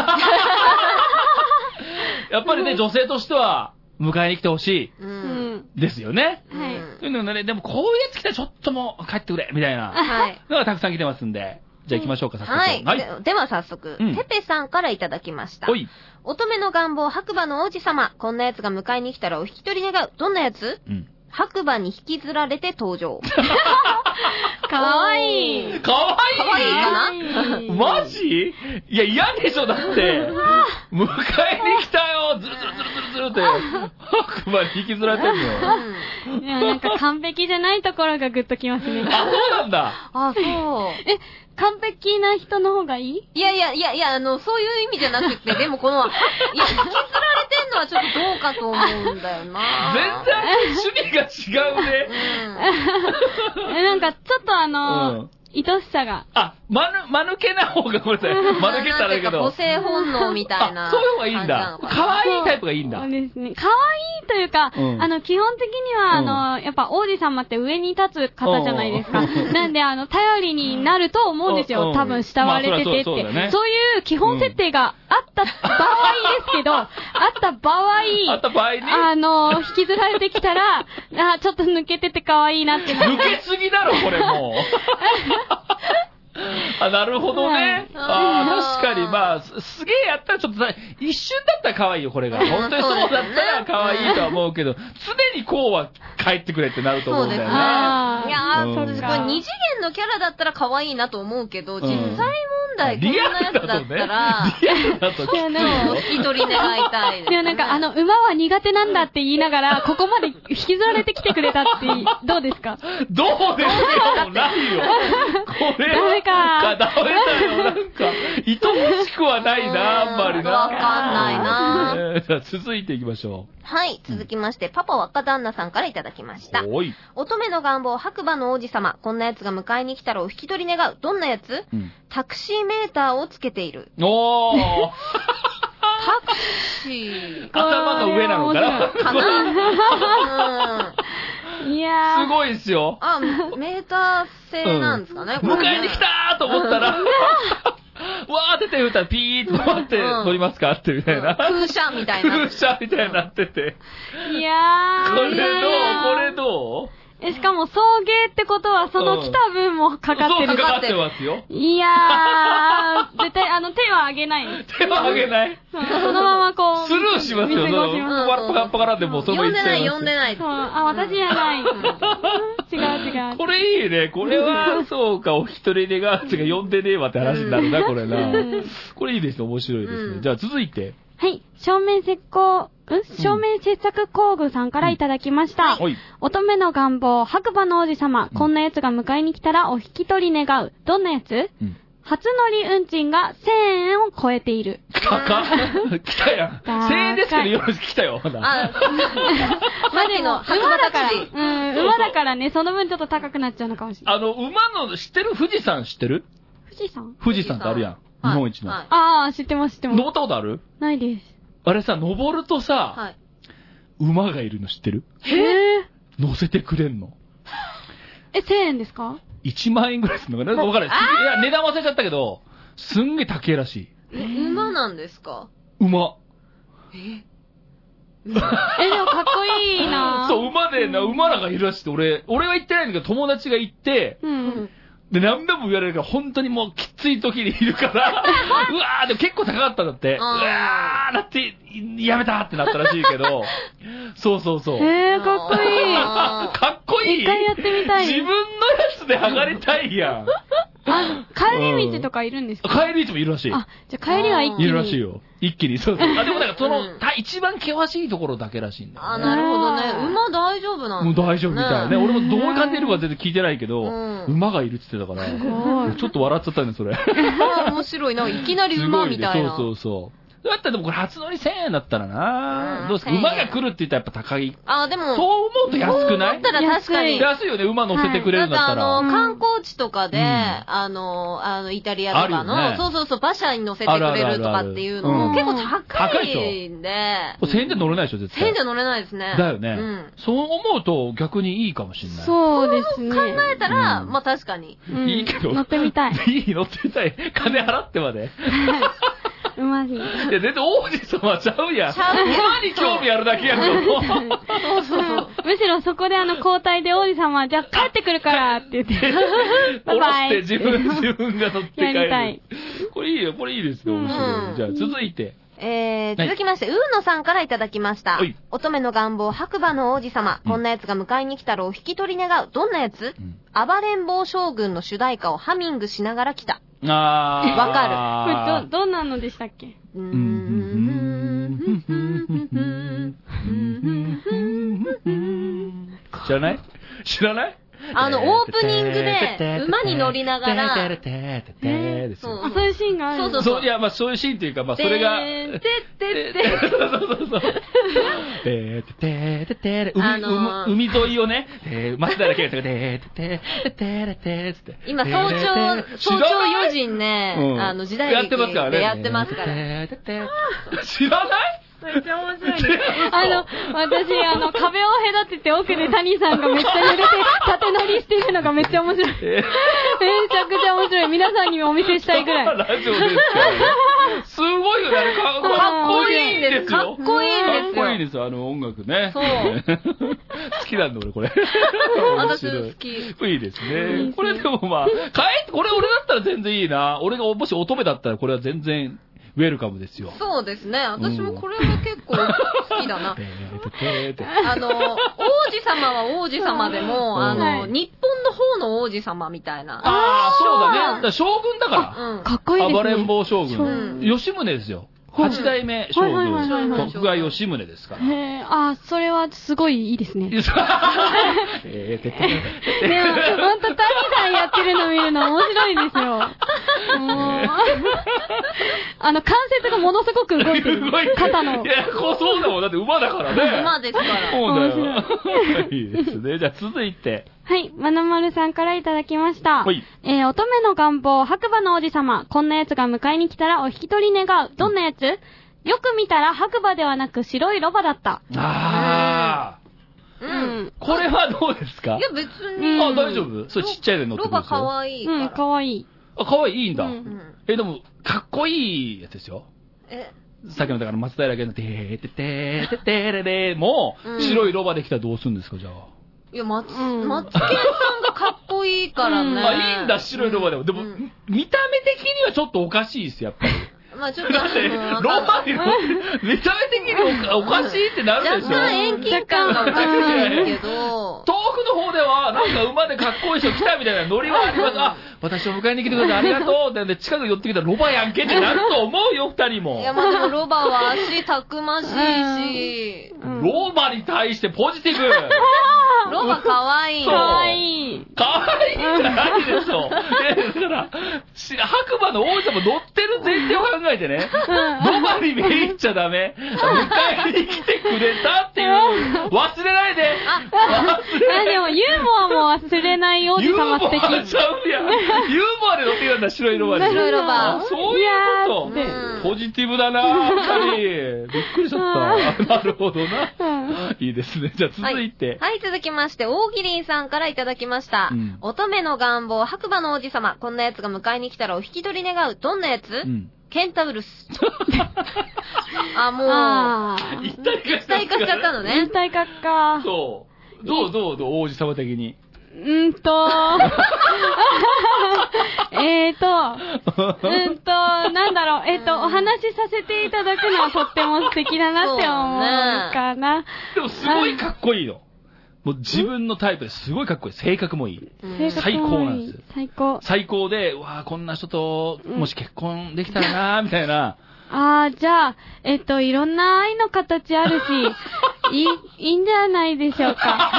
やっぱりね、女性としては、迎えに来てほしい。ですよね。 はい。 というのね、でもこういうやつ来たらちょっともう帰ってくれ、みたいな。 はい。 のがたくさん来てますんで。じゃあ行きましょうか、早速。 はい。では早速、ペペさんからいただきました。乙女の願望、白馬の王子様。こんな奴が迎えに来たらお引き取り願う。どんなやつ？白馬に引きずられて登場。 かわいい。 かわいい？ かわいいかな？ マジ？いや、嫌でしょ、だって。迎えに来たよ、ずるずるずるずるずるって。白馬に引きずられてんのよ。 いや、なんか完璧じゃないところがグッときますね。 あ、そうなんだ。 あ、そう。 完璧な人の方がいい？ いや、そういう意味じゃなくて、でもこの、引きずられてんのはちょっとどうかと思うんだよな。 全然趣味が違うね。 なんかちょっと愛しさが。 あ、間抜けな方が、ごめんなさい。間抜けたらだけど。 母性本能みたいな。 そういう方がいいんだ。可愛いタイプがいいんだ。 そうですね。可愛いというか、基本的には、やっぱ王子様って上に立つ方じゃないですか。なんで、頼りになると思うんですよ。多分慕われててって。そういう基本設定があった場合ですけど、あった場合に、引きずられてきたら、ちょっと抜けてて可愛いなって抜けすぎだろ、これもう。あ、なるほどね。確かに、すげえやったらちょっと一瞬だったら可愛いよ、これが。本当にそうだったら可愛いとは思うけど、常にこうは帰ってくれってなると思うんだよね。 いやー、これ2次元のキャラだったら可愛いなと思うけど、実際問題こんなやつだったら、 リアルだときついよ。 引き取り願いたいです。 いや、なんか馬は苦手なんだって言いながら、ここまで引きずられてきてくれたって、どうですか？ どうですよないよ。これダメか。 ダメだよ。なんか、いともしくはないな、あんまりな。 わかんないな。 じゃあ続いていきましょう。 はい、続きまして、パパ若旦那さんからいただきました。乙女の願望、白馬の王子様。こんなやつが迎えに来たらお引き取り願う。どんなやつ？タクシーメーターをつけている。 おータクシー。 頭が上なのかなかないやー。すごいですよ。 あ、メーター製なんですかね、 迎えに来たーと思ったら、わーって手振ったらピーって回って乗りますかってみたいな。 空車みたいな。 空車みたいになってて。 いやー。 これどうしかも送迎ってことはその来た分もかかってる。 そうかかってますよ。 いやー、絶対手は上げない。 手は上げない。 そのままこう。 スルーしますよ。パラッパカラってもうそのまま行っちゃいます。 呼んでない。 そう、私じゃない。違う。 これいいね。これは、そうか、お一人でが、呼んでねえわって話になるな、これな。これいいですね。面白いですね。じゃあ続いて。 はい。正面切削工具さんからいただきました。乙女の願望、白馬の王子様。こんなやつが迎えに来たらお引き取り願う。どんなやつ？初乗り運賃が1000円を超えている。 高っ来たやん。1000円ですけど、よし、来たよ。 までの馬だから。馬だからね、その分ちょっと高くなっちゃうのかもしれない。 馬の、知ってる富士山知ってる？富士山ってあるやん。日本一の。 ああ、知ってます、知ってます。 登ったことある？ ないです。 あれさ、登るとさ、馬がいるの知ってる？乗せてくれんの。 1000円ですか ？1万円ぐらいするのかな？わからない。いや、値段忘れちゃったけど、すんげえ高いらしい。 馬なんですか？ 馬。 でもかっこいいなそう、馬らがいるらしいって、俺は行ってないんだけど、友達が行って、で、何でも言われるから、本当にもうきつい時にいるから、うわー、でも結構高かったんだって、うわー、だって、やめたってなったらしいけど、そう。 かっこいい。 かっこいい？ 一回やってみたい。 自分のやつで剥がれたいやん。 帰り道とかいるんですか？ 帰り道もいるらしい。 じゃあ帰りは一気に。 いるらしいよ。一気に。そう。でもなんか一番険しいところだけらしいんだよね。 なるほどね。馬大丈夫なんだ。 もう大丈夫みたいね。俺もどういう感じでいるか全然聞いてないけど、馬がいるって言ってたから、ちょっと笑っちゃったね、それ。 面白いな。いきなり馬みたいな。 そう。だったらでもこれ初乗り1000円だったらなどうですか？馬が来るって言ったらやっぱ高い。 でも。 そう思うと安くない？ だったら確かに。 安いよね、馬乗せてくれるんだったら。 観光地とかで、イタリアとかの、そう、馬車に乗せてくれるとかっていうのも結構高いんで。 1000円で乗れないでしょ、絶対。 1000円で乗れないですね。 だよね。そう思うと逆にいいかもしれない。 そうですね。 考えたら、まあ確かに。 いいけど。 乗ってみたい。 乗ってみたい。金払ってまで。 馬に。 いや、全然王子様ちゃうやん。馬に興味あるだけやんか、 そう。むしろそこで交代で王子様、じゃあ帰ってくるからって言って。 バイバイ。自分が乗って帰る。 やりたい。 これいいよ、これいいですよ、面白い。じゃあ続いて。 続きまして、ウーノさんからいただきました。乙女の願望、白馬の王子様。こんなやつが迎えに来たらお引き取り願う。どんなやつ？暴れん坊将軍の主題歌をハミングしながら来た。わかる。どんなのでしたっけ？ 知らない？ オープニングで馬に乗りながら、 そういうシーンがある。 そう、いや、まあそういうシーンっていうか、まあそれが、海沿いをね、松平健さんが、 今早朝4時にね、時代劇でやってますから。 知らない？ めっちゃ面白いね。私、壁を隔てて奥で谷さんがめっちゃ揺れて、縦乗りしてるのがめっちゃ面白い。めちゃくちゃ面白い。皆さんにもお見せしたいぐらい。 ラジオですか？すごいよね。かっこいいんですよ。 かっこいいんですよ。 かっこいいですよ、音楽ね。 そう。 好きなんだ、俺、これ。 私好き。 いいですね。これでもまあ、これ俺だったら全然いいな。俺がもし乙女だったらこれは全然、 ウェルカムですよ。 そうですね。私もこれは結構好きだな。王子様は王子様でも、日本の方の王子様みたいな。 ああ、そうだね。将軍だから。 かっこいいですね。 暴れん坊将軍。吉宗ですよ。8代目将軍、徳川吉宗ですから。 それはすごいいいですね。でも、ほんと、谷さんやってるの見るの面白いですよ。関節がものすごく動いてる。肩の。 いや、そうだもん。だって馬だからね。 馬ですから。 そうだよ。いいですね。じゃあ続いて。 はい、まなまるさんからいただきました。乙女の願望、白馬の王子様。こんな奴が迎えに来たらお引き取り願う。どんなやつ？よく見たら白馬ではなく白いロバだった。 これはどうですか？ いや別に。 大丈夫？それちっちゃいで乗ってくるんですよ。 ロバ可愛いから。 可愛い。 可愛いんだ。でも、かっこいいやつですよ。さっきのだから松平健のてーててーててーれれも、白いロバできたらどうするんですか、じゃあ。 いや、松健さんがかっこいいからね。 いいんだ、白いロバでも。でも、見た目的にはちょっとおかしいです、やっぱり。 まあちょっと、 ロバに見た目的におかしいってなるでしょ。 若干遠近感がおかしいけど。 遠くの方では、なんか馬でかっこいい人来たみたいなノリはあります。私を迎えに来てください、ありがとうって、近く寄ってきたらロバやんけってなると思うよ、二人も。 いや、まあでもロバは足たくましいし。 ロバに対してポジティブ。 ロバかわいい。 かわいい。 かわいいじゃないでしょ。だから、白馬の王子様乗ってる前提を考えてね、ロバに見入っちゃダメ。迎えに来てくれたっていうのを忘れないで。 でもユーモアも忘れない王子様素敵。 ユーモアちゃうやん。ユーモアで乗ってきたんだ、白いロバに。 白いロバ。 そういうこと。ポジティブだな、二人。びっくりしちゃった。なるほどな。いいですね。じゃあ続いて。 はい、続きまして、大喜利さんからいただきました。乙女の願望、白馬の王子様。こんな奴が迎えに来たらお引き取り願う。どんなやつ？ケンタウルス。もう、一体化しちゃったのね。 一体化か。 そう。どう王子様的に。 なんだろう、お話しさせていただくのはとっても素敵だなって思うかな。 でもすごいかっこいいの。もう自分のタイプですごいかっこいい。性格もいい。最高なんです。最高で、こんな人と、もし結婚できたらなーみたいな。 じゃあ、いろんな愛の形あるし、いいんじゃないでしょうか。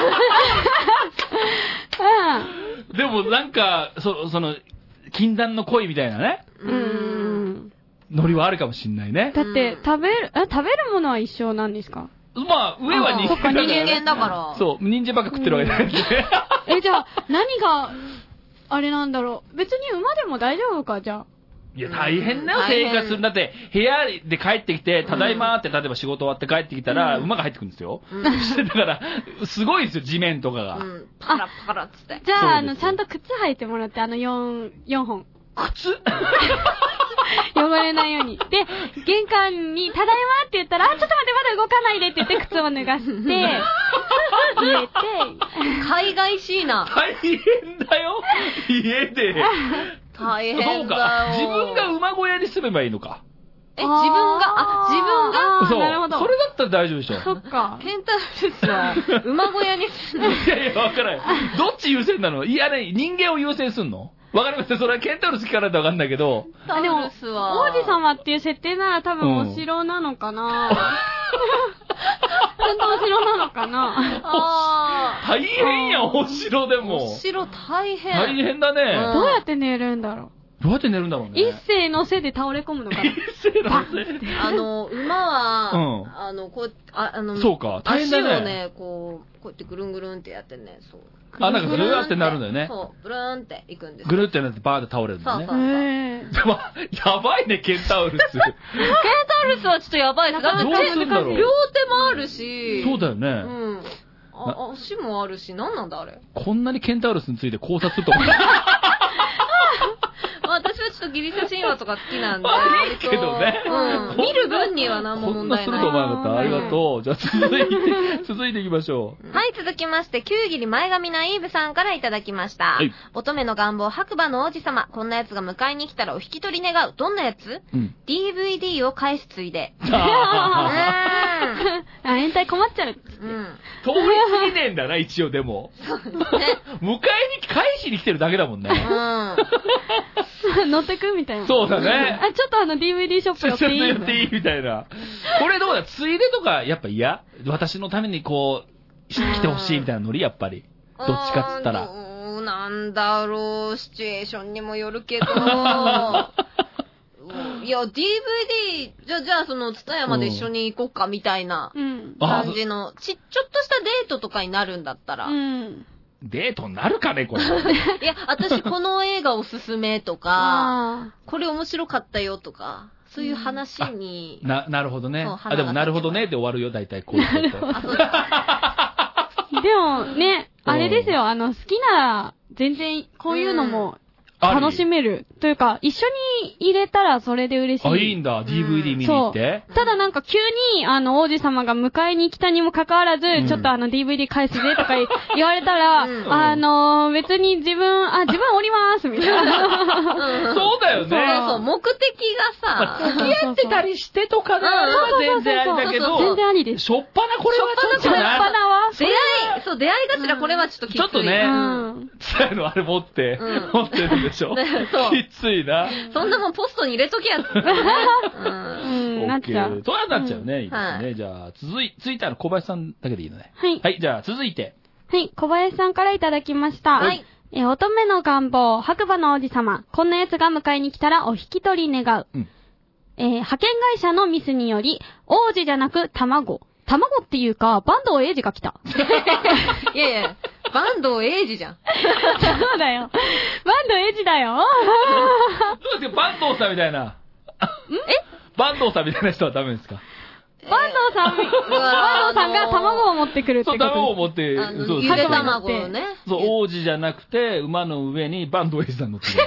でもなんか、その、禁断の恋みたいなね。ノリはあるかもしんないね。 だって、食べるものは一緒なんですか？ まあ、上は人間だから。 そう、人参ばっか食ってるわけじゃないんで。 じゃあ、何が、あれなんだろう。別に馬でも大丈夫か、じゃあ。 いや、大変だよ、生活する。だって、部屋で帰ってきて、ただいまって、例えば仕事終わって帰ってきたら、馬が入ってくるんですよ。だから、すごいですよ、地面とかが。 パラパラっつって。 じゃあ、ちゃんと靴履いてもらって、4本。 靴汚れないように。で、玄関に、ただいまって言ったら、ちょっと待って、まだ動かないでって言って、靴を脱がして、入れて、 海外しいな。 大変だよ、家で。 大変だよ。 そうか。自分が馬小屋に住めばいいのか。 自分がそう。 なるほど。 それだったら大丈夫でしょ。 そっか。 ケンタウルスは、馬小屋に住む。 いや、わからない。どっち優先なの？いやね、人間を優先すんの？わかります。それはケンタウルス聞かないとわかんないけど。 でも、王子様っていう設定なら多分お城なのかな。本当お城なのかな。 大変や、お城でも。 お城大変。 大変だね。 どうやって寝るんだろう。 どうやって寝るんだろうね。 一斉の背で倒れ込むのかな。 一斉の背。 馬は、 そうか、大変だね。 足をね、こうやってぐるんぐるんってやってね、そう。 なんかぐるーってなるんだよね。 そう、ぐるーんっていくんです。 ぐるってなってバーって倒れるんだよね。 そう。 でも、やばいね、ケンタウルス。 ケンタウルスはちょっとやばいです。だって、両手もあるし。 そうだよね。 足もあるし、なんなんだあれ。 こんなにケンタウルスについて考察すると思う。 私はちょっとギリシャ神話とか好きなんで。 いいけどね。 見る分には何も問題ない。 こんなすると思わなかった。ありがとう。じゃあ続いていきましょう。 はい、続続きまして、九切前髪ナイーブさんからいただきました。はい、乙女の願望、白馬の王子様。こんなやつが迎えに来たらお引き取り願う。どんなやつ？ DVD を返すついで。 延滞困っちゃう。通り過ぎねえんだな、一応でも。そうですね。迎えに返しに来てるだけだもんね。 乗ってくみたいな。 そうだね。 ちょっとDVD ショップ寄っていい？ 寄っていいみたいな。これどうだ、ついでとかやっぱ嫌？私のためにこう来てほしいみたいなノリ、やっぱりどっちかっつったら。 なんだろう、シチュエーションにもよるけど。いや、DVD、じゃあその、ツタヤまで一緒に行こうかみたいな感じの、ちょっとしたデートとかになるんだったら。 デートになるかね、これ。 いや、私この映画おすすめとか、これ面白かったよとか、そういう話に。 なるほどね。でもなるほどねで終わるよ、大体こういうこと。 でもね、あれですよ、好きなら全然こういうのも楽しめる。というか、一緒に入れたらそれで嬉しい。 いいんだ、DVD 見に行って。 ただなんか急に、王子様が迎えに来たにもかかわらず、ちょっとDVD 返すぜとか言われたら、別に自分降りますみたいな。 そうだよね。 そう、目的がさ、 付き合ってたりしてとかなら全然ありだけど、 全然ありです。 しょっぱなこれはちょっとな。 出会い頭これはちょっときつい。 ちょっとね、辛いのあれ持ってるんでしょ。きついな。 そんなもんポストに入れときやつ。 なっちゃう。 そうなっちゃうね。いいですね。じゃあ、続いて小林さんだけでいいのね。 はい。 はい、じゃあ続いて。 はい、小林さんからいただきました。はい。乙女の願望、白馬の王子様。こんな奴が迎えに来たらお引き取り願う。派遣会社のミスにより、王子じゃなく卵っていうか、坂東英二が来た。 いやいや、坂東英二じゃん。 そうだよ。坂東英二だよ。 どうですか、坂東さんみたいな。坂東さんみたいな人はダメですか？ 坂東さんが卵を持ってくるってこと。 そう、卵を持って、 ゆで卵をね。 そう、王子じゃなくて、馬の上に坂東英二さん乗ってくる。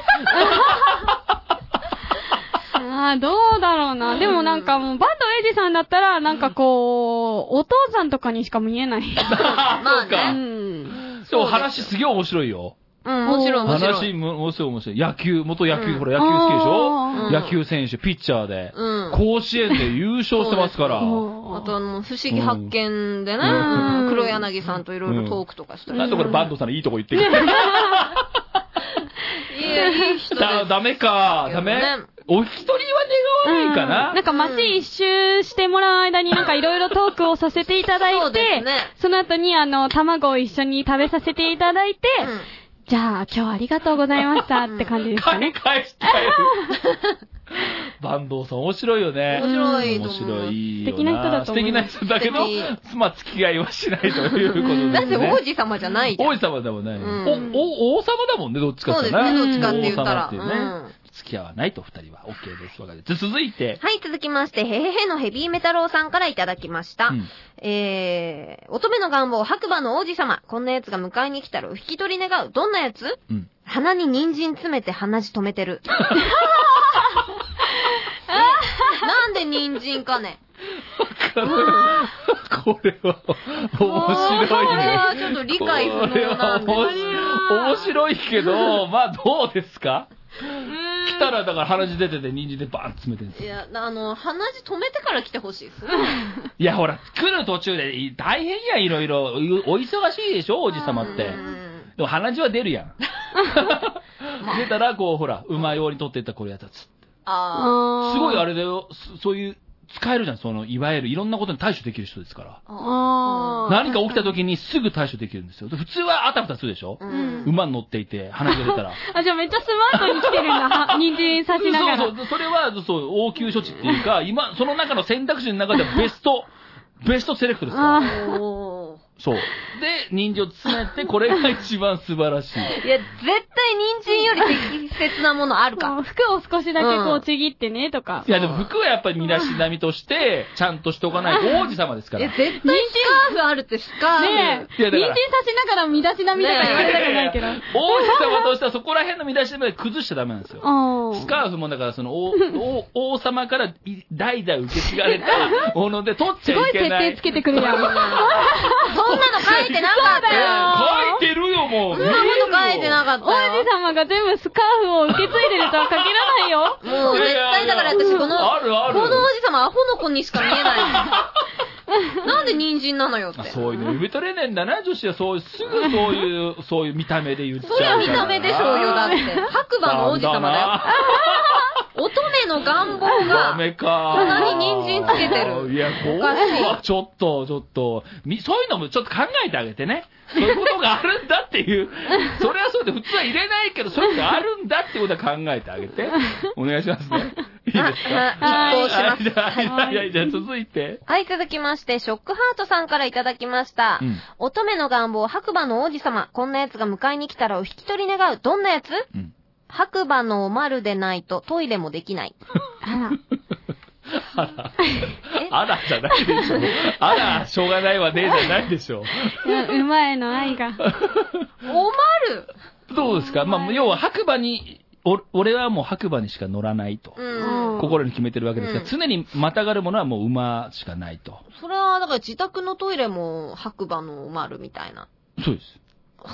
どうだろうな。でもなんかもう、坂東英二さんだったら、なんかこう、お父さんとかにしか見えない。 まあね。そう、話すげえ面白いよ。 面白い。 話、面白い。元野球、ほら野球好きでしょ？野球選手、ピッチャーで。甲子園で優勝してますから。あと不思議発見でね、黒柳さんといろいろトークとかしたり。 なんでこれ坂東さんのいいとこ言ってくる。 いい人です。 ダメか。ダメ？お一人は願わないかな？ なんか街一周してもらう間になんかいろいろトークをさせていただいて、その後に卵を一緒に食べさせていただいて、じゃあ今日はありがとうございましたって感じですかね。 返しちゃう。坂東さん面白いよね。 面白い。 素敵な人だと思う。 素敵な人だけど、まあ付き合いはしないということですね。 だって王子様じゃないじゃん。 王子様でもない。王様だもんね、どっちかってね。 そうですね、どっちかって言ったら。 付き合わないと二人は OK です。わかります。続いて。 はい、続きまして、へへへのヘビーメタロウさんからいただきました。乙女の願望、白馬の王子様。こんなやつが迎えに来たらお引き取り願う。どんなやつ？鼻に人参詰めて鼻血止めてる。なんで人参かね。 これは面白いね。これはちょっと理解不能なんです。 面白いけど、まあどうですか？来たらだから鼻血出てて人参でバーン詰めてるんですよ。 いや、鼻血止めてから来てほしいです。 いやほら、来る途中で大変やん、いろいろ。お忙しいでしょ、王子様って。でも鼻血は出るやん。出たらこうほら、馬用に取っていったこれやったつって。すごいあれだよ、そういう、使えるじゃん、いわゆるいろんなことに対処できる人ですから。何か起きた時にすぐ対処できるんですよ。普通はあたふたするでしょ？馬に乗っていて、鼻血が出たら。 じゃあめっちゃスマートに来てるんだ。人参刺しながら。 そう、それは、応急処置っていうか、その中の選択肢の中ではベストセレクトですから。そう。で、人参を詰めて、これが一番素晴らしい。いや、 絶対人参より適切なものあるか。 服を少しだけこうちぎってね、とか。 いや、でも服はやっぱり身だしなみとして、ちゃんとしとかないと王子様ですから。 いや、絶対スカーフあるってスカーフ。 ねえ。人参刺しながら身だしなみとか言われたくないけど。 王子様としてはそこら辺の身だしなみで崩しちゃダメなんですよ。スカーフもだから王様から代々受け継がれたもので取っちゃいけない。 すごい設定つけてくるやん。 そんなの書いてなかった。 ったよ。 王子様が全部スカーフを受け継いでるとは限らないよ。 もう絶対だから私この王子様アホの子にしか見えない。なんで人参なのよって。 そういうの読み取れねえんだな、女子は。すぐそういう見た目で言っちゃう。 それは見た目でしょうよ、だって。白馬の王子様だよ。乙女の願望が、鼻に人参つけてる。 いや、おかしい。ちょっと、そういうのもちょっと考えてあげてね。そういうことがあるんだっていう、それはそうで普通は入れないけど、そういうのがあるんだっていうことは考えてあげて。お願いしますね。いいですか？ 一行します。 じゃあ続いて。 はい、続きまして、ショックハートさんからいただきました。乙女の願望、白馬の王子様。こんなやつが迎えに来たらお引き取り願う。どんなやつ？白馬のおまるでないとトイレもできない。 あらじゃないでしょ。あら、しょうがないわねじゃないでしょ。 馬への愛が。 おまるどうですか？まあ、要は白馬に、俺はもう白馬にしか乗らないと。心に決めてるわけですが、常にまたがるものはもう馬しかないと。 それは、だから自宅のトイレも白馬のおまるみたいな。 そうです。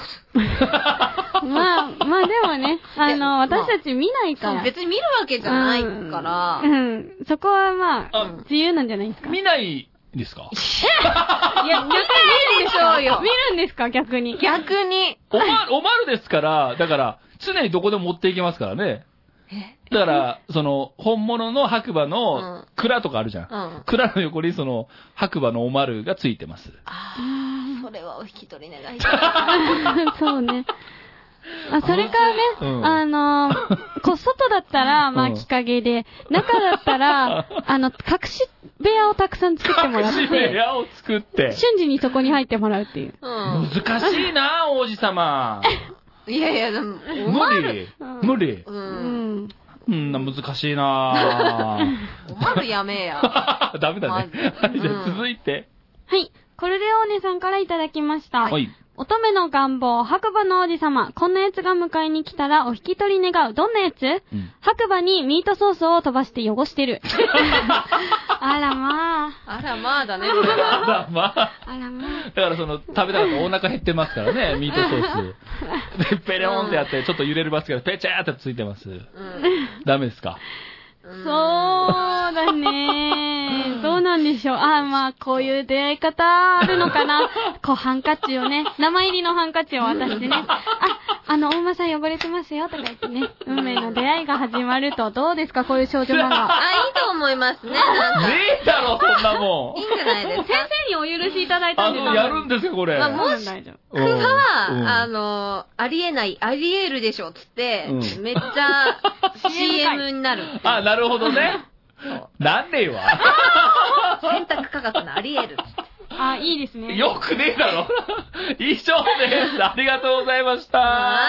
まあでもね、私たち見ないから。 別に見るわけじゃないから。 そこはまあ、自由なんじゃないですか。 見ないですか？ いや、逆に見るんでしょうよ。見るんですか、逆に。 逆に。 おまるですから、だから、常にどこでも持っていけますからね。だから、本物の白馬の蔵とかあるじゃん。蔵の横に白馬のおまるがついてます。 それはお引き取り願いそうね。それからね、外だったら、まあ、日陰で、中だったら、隠し部屋をたくさん作ってもらって。 隠し部屋を作って。 瞬時にそこに入ってもらうっていう。 難しいな、王子様。 いや、でも、 無理。難しいなおまるやめえや。 ダメだね。じゃあ続いて。 はい。コルレオーネさんからいただきました。 はい。 乙女の願望、白馬の王子様。こんなやつが迎えに来たらお引き取り願う。どんなやつ？白馬にミートソースを飛ばして汚してる。あらまあ。 あらまあだね。 あらまあ。 あらまあ。 だから食べたかったらお腹減ってますからね、ミートソース。で、ペレオンってやって、ちょっと揺れるますけど、ペチャーってついてます。ダメですか？ そうだね。どうなんでしょう。まあ、こういう出会い方あるのかな。ハンカチをね、生入りのハンカチを渡してね。大馬さん汚れてますよとか言ってね、運命の出会いが始まると、どうですか、こういう少女漫画。 いいと思いますね。ねえだろ、そんなもん。 いいんじゃないですか。 先生にお許しいただいたんですやるんですよ、これ。 もしくは、ありえない、ありえるでしょ、つって、めっちゃ CM になる。 なるほどね。なんねえわ。 選択科学のありえる。 いいですね。 よくねえだろ。以上です。ありがとうございました。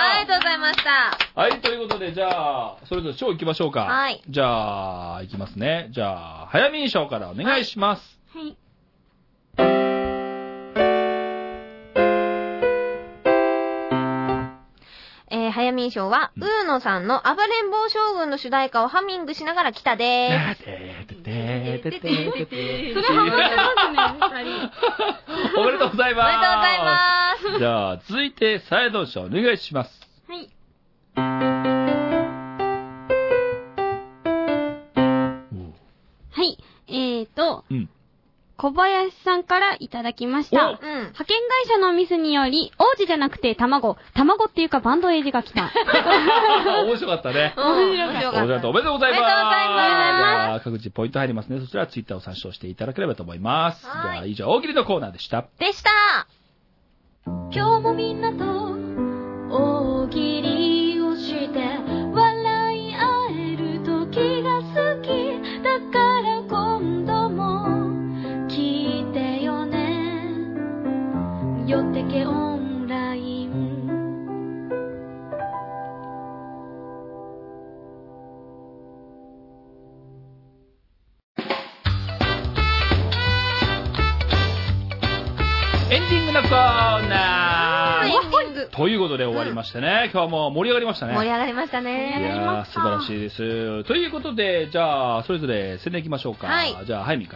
ありがとうございました。 はい、ということで、じゃあ、それぞれ賞行きましょうか。 はい。 じゃあ、行きますね。じゃあ、早見賞からお願いします。 はい。 早見賞は、ウーノさんの暴れん坊将軍の主題歌をハミングしながら来たでーす。 それハマってますね、 おめでとうございます。 おめでとうございます。 じゃあ、続いて、サイド賞お願いします。 はい。はい、小林さんからいただきました。派遣会社のミスにより、王子じゃなくて卵っていうかバンドエイジが来た。 面白かったね。 面白かった。 おめでとうございます。 おめでとうございます。 じゃあ、各自ポイント入りますね。そちらはツイッターを参照していただければと思います。じゃあ、以上、大喜利のコーナーでした。 今日もみんなと大喜利をして笑い合える時が好きだから今度も聞いてよねよってけオンラインエンディングのコーナーということで終わりましてね、今日はもう盛り上がりましたね。 盛り上がりましたね。 いやー、素晴らしいです。ということで、じゃあ、それぞれ宣伝いきましょうか。はい。じゃあ、早見から。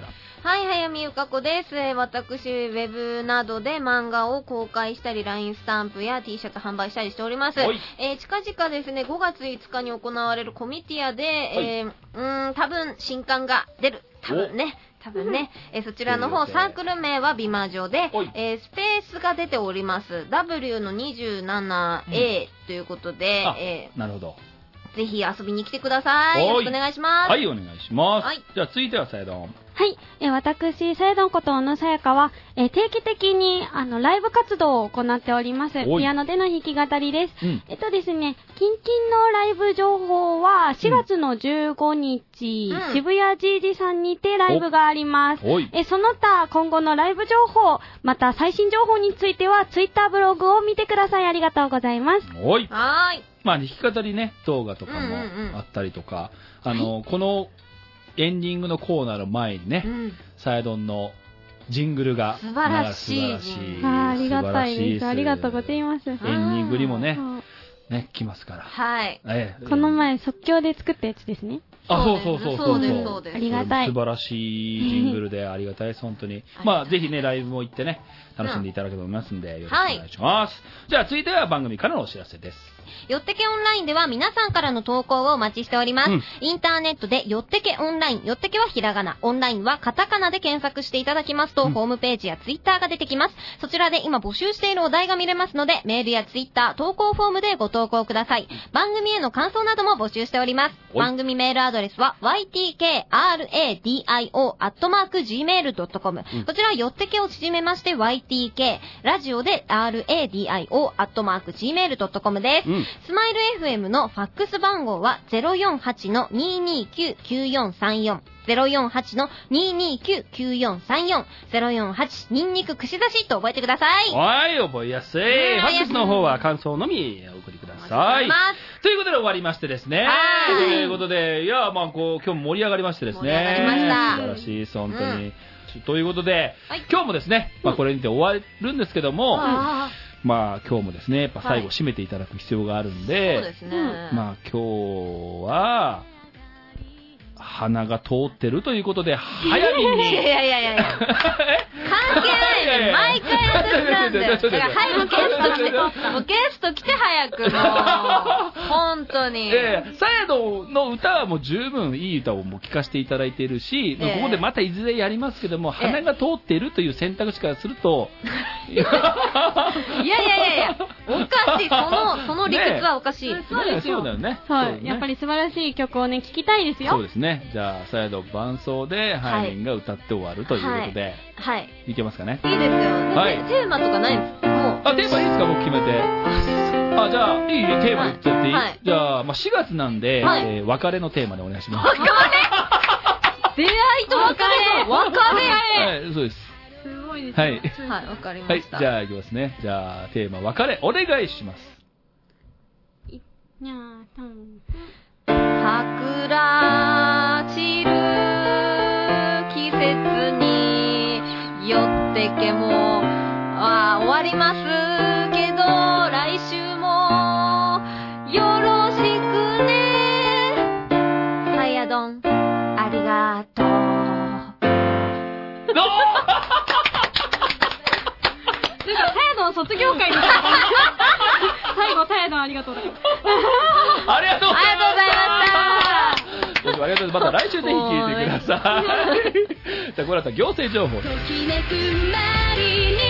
はい、早見ゆかこです。私、ウェブなどで漫画を公開したり、LINE スタンプや T シャツ販売したりしております。近々ですね、5月5日に行われるコミティアで、多分新刊が出る。多分ね、そちらの方、サークル名は美魔女で、スペースが出ております。W の 27A ということで、 なるほど。 ぜひ遊びに来てください。よろしくお願いします。 はい、お願いします。じゃあ続いてはさやどん。 はい、私、さやどんこと小野さやかは、定期的にライブ活動を行っております。ピアノでの弾き語りです。ですね、近々のライブ情報は、4月の15日、渋谷ジージさんにてライブがあります。その他、今後のライブ情報、また最新情報については、ツイッターブログを見てください。ありがとうございます。 はい。 まあ、弾き語りね、動画とかもあったりとか、このエンディングのコーナーの前にね、さやどんのジングルが素晴らしい。 ありがたいです。ありがとうございます。エンディングにもね、来ますから。 はい。 この前即興で作ったやつですね。 そうです。 ありがたい。 素晴らしいジングルでありがたいです、本当に。まあ、ぜひね、ライブも行ってね、楽しんでいただければと思いますんで、よろしくお願いします。じゃあ、続いては番組からのお知らせです。 よってけオンラインでは皆さんからの投稿をお待ちしております。インターネットでよってけオンライン、よってけはひらがな、オンラインはカタカナで検索していただきますと、ホームページやツイッターが出てきます。そちらで今募集しているお題が見れますので、メールやツイッター、投稿フォームでご投稿ください。番組への感想なども募集しております。番組メールアドレスは ytkradio@gmail.com。こちらよってけを縮めまして ytk、ラジオで radio@gmail.com です。スマイル FM のファックス番号は 048-229-9434。048-229-9434。048ニンニク串刺しと覚えてください。 はい、覚えやすい。ファックスの方は感想のみお送りください。ということで終わりましてですね。ということで、いや、まあ、今日も盛り上がりましてですね。 盛り上がりました。 素晴らしいです、本当に。ということで、今日もですね、まあ、これにて終わるんですけども、まあ今日もですね、やっぱ最後締めていただく必要があるんで、 そうですね。 まあ今日は、鼻が通ってるということで、早めに。 いや。関係ないね。毎回私なんだよ。だから早くゲスト来て早くもう。本当に。 さやどの歌はもう十分いい歌をもう聴かせていただいているし、ここでまたいずれやりますけども、鼻が通っているという選択肢からすると、 いや。おかしい。その理屈はおかしい。 そうですよ。 そうだよね。 はい。やっぱり素晴らしい曲をね、聴きたいですよ。 そうですね。じゃあ、さやど伴奏で、ハイミンが歌って終わるということで、 はい。 いけますかね。 いいですよ。はい。テーマとかないんですか？もう。 テーマいいですか？僕決めて。じゃあ、いいテーマ言っちゃっていい？じゃあ、まあ、4月なんで、別れのテーマでお願いします。 別れ出会いと別れはい、そうです。 すごいですね。 はい、わかりました。 はい、じゃあ、いきますね。じゃあ、テーマ、別れ、お願いします。 にゃーたん。 桜散る季節によってけも終わりますけど来週もよろしくね。さやどんありがとう。 さやどん卒業会に最後さやどんありがとうだ。 ありがとうございました。 ありがとうございました。 ありがとうございます。また来週ぜひ聞いてください。じゃあ、これは行政情報です。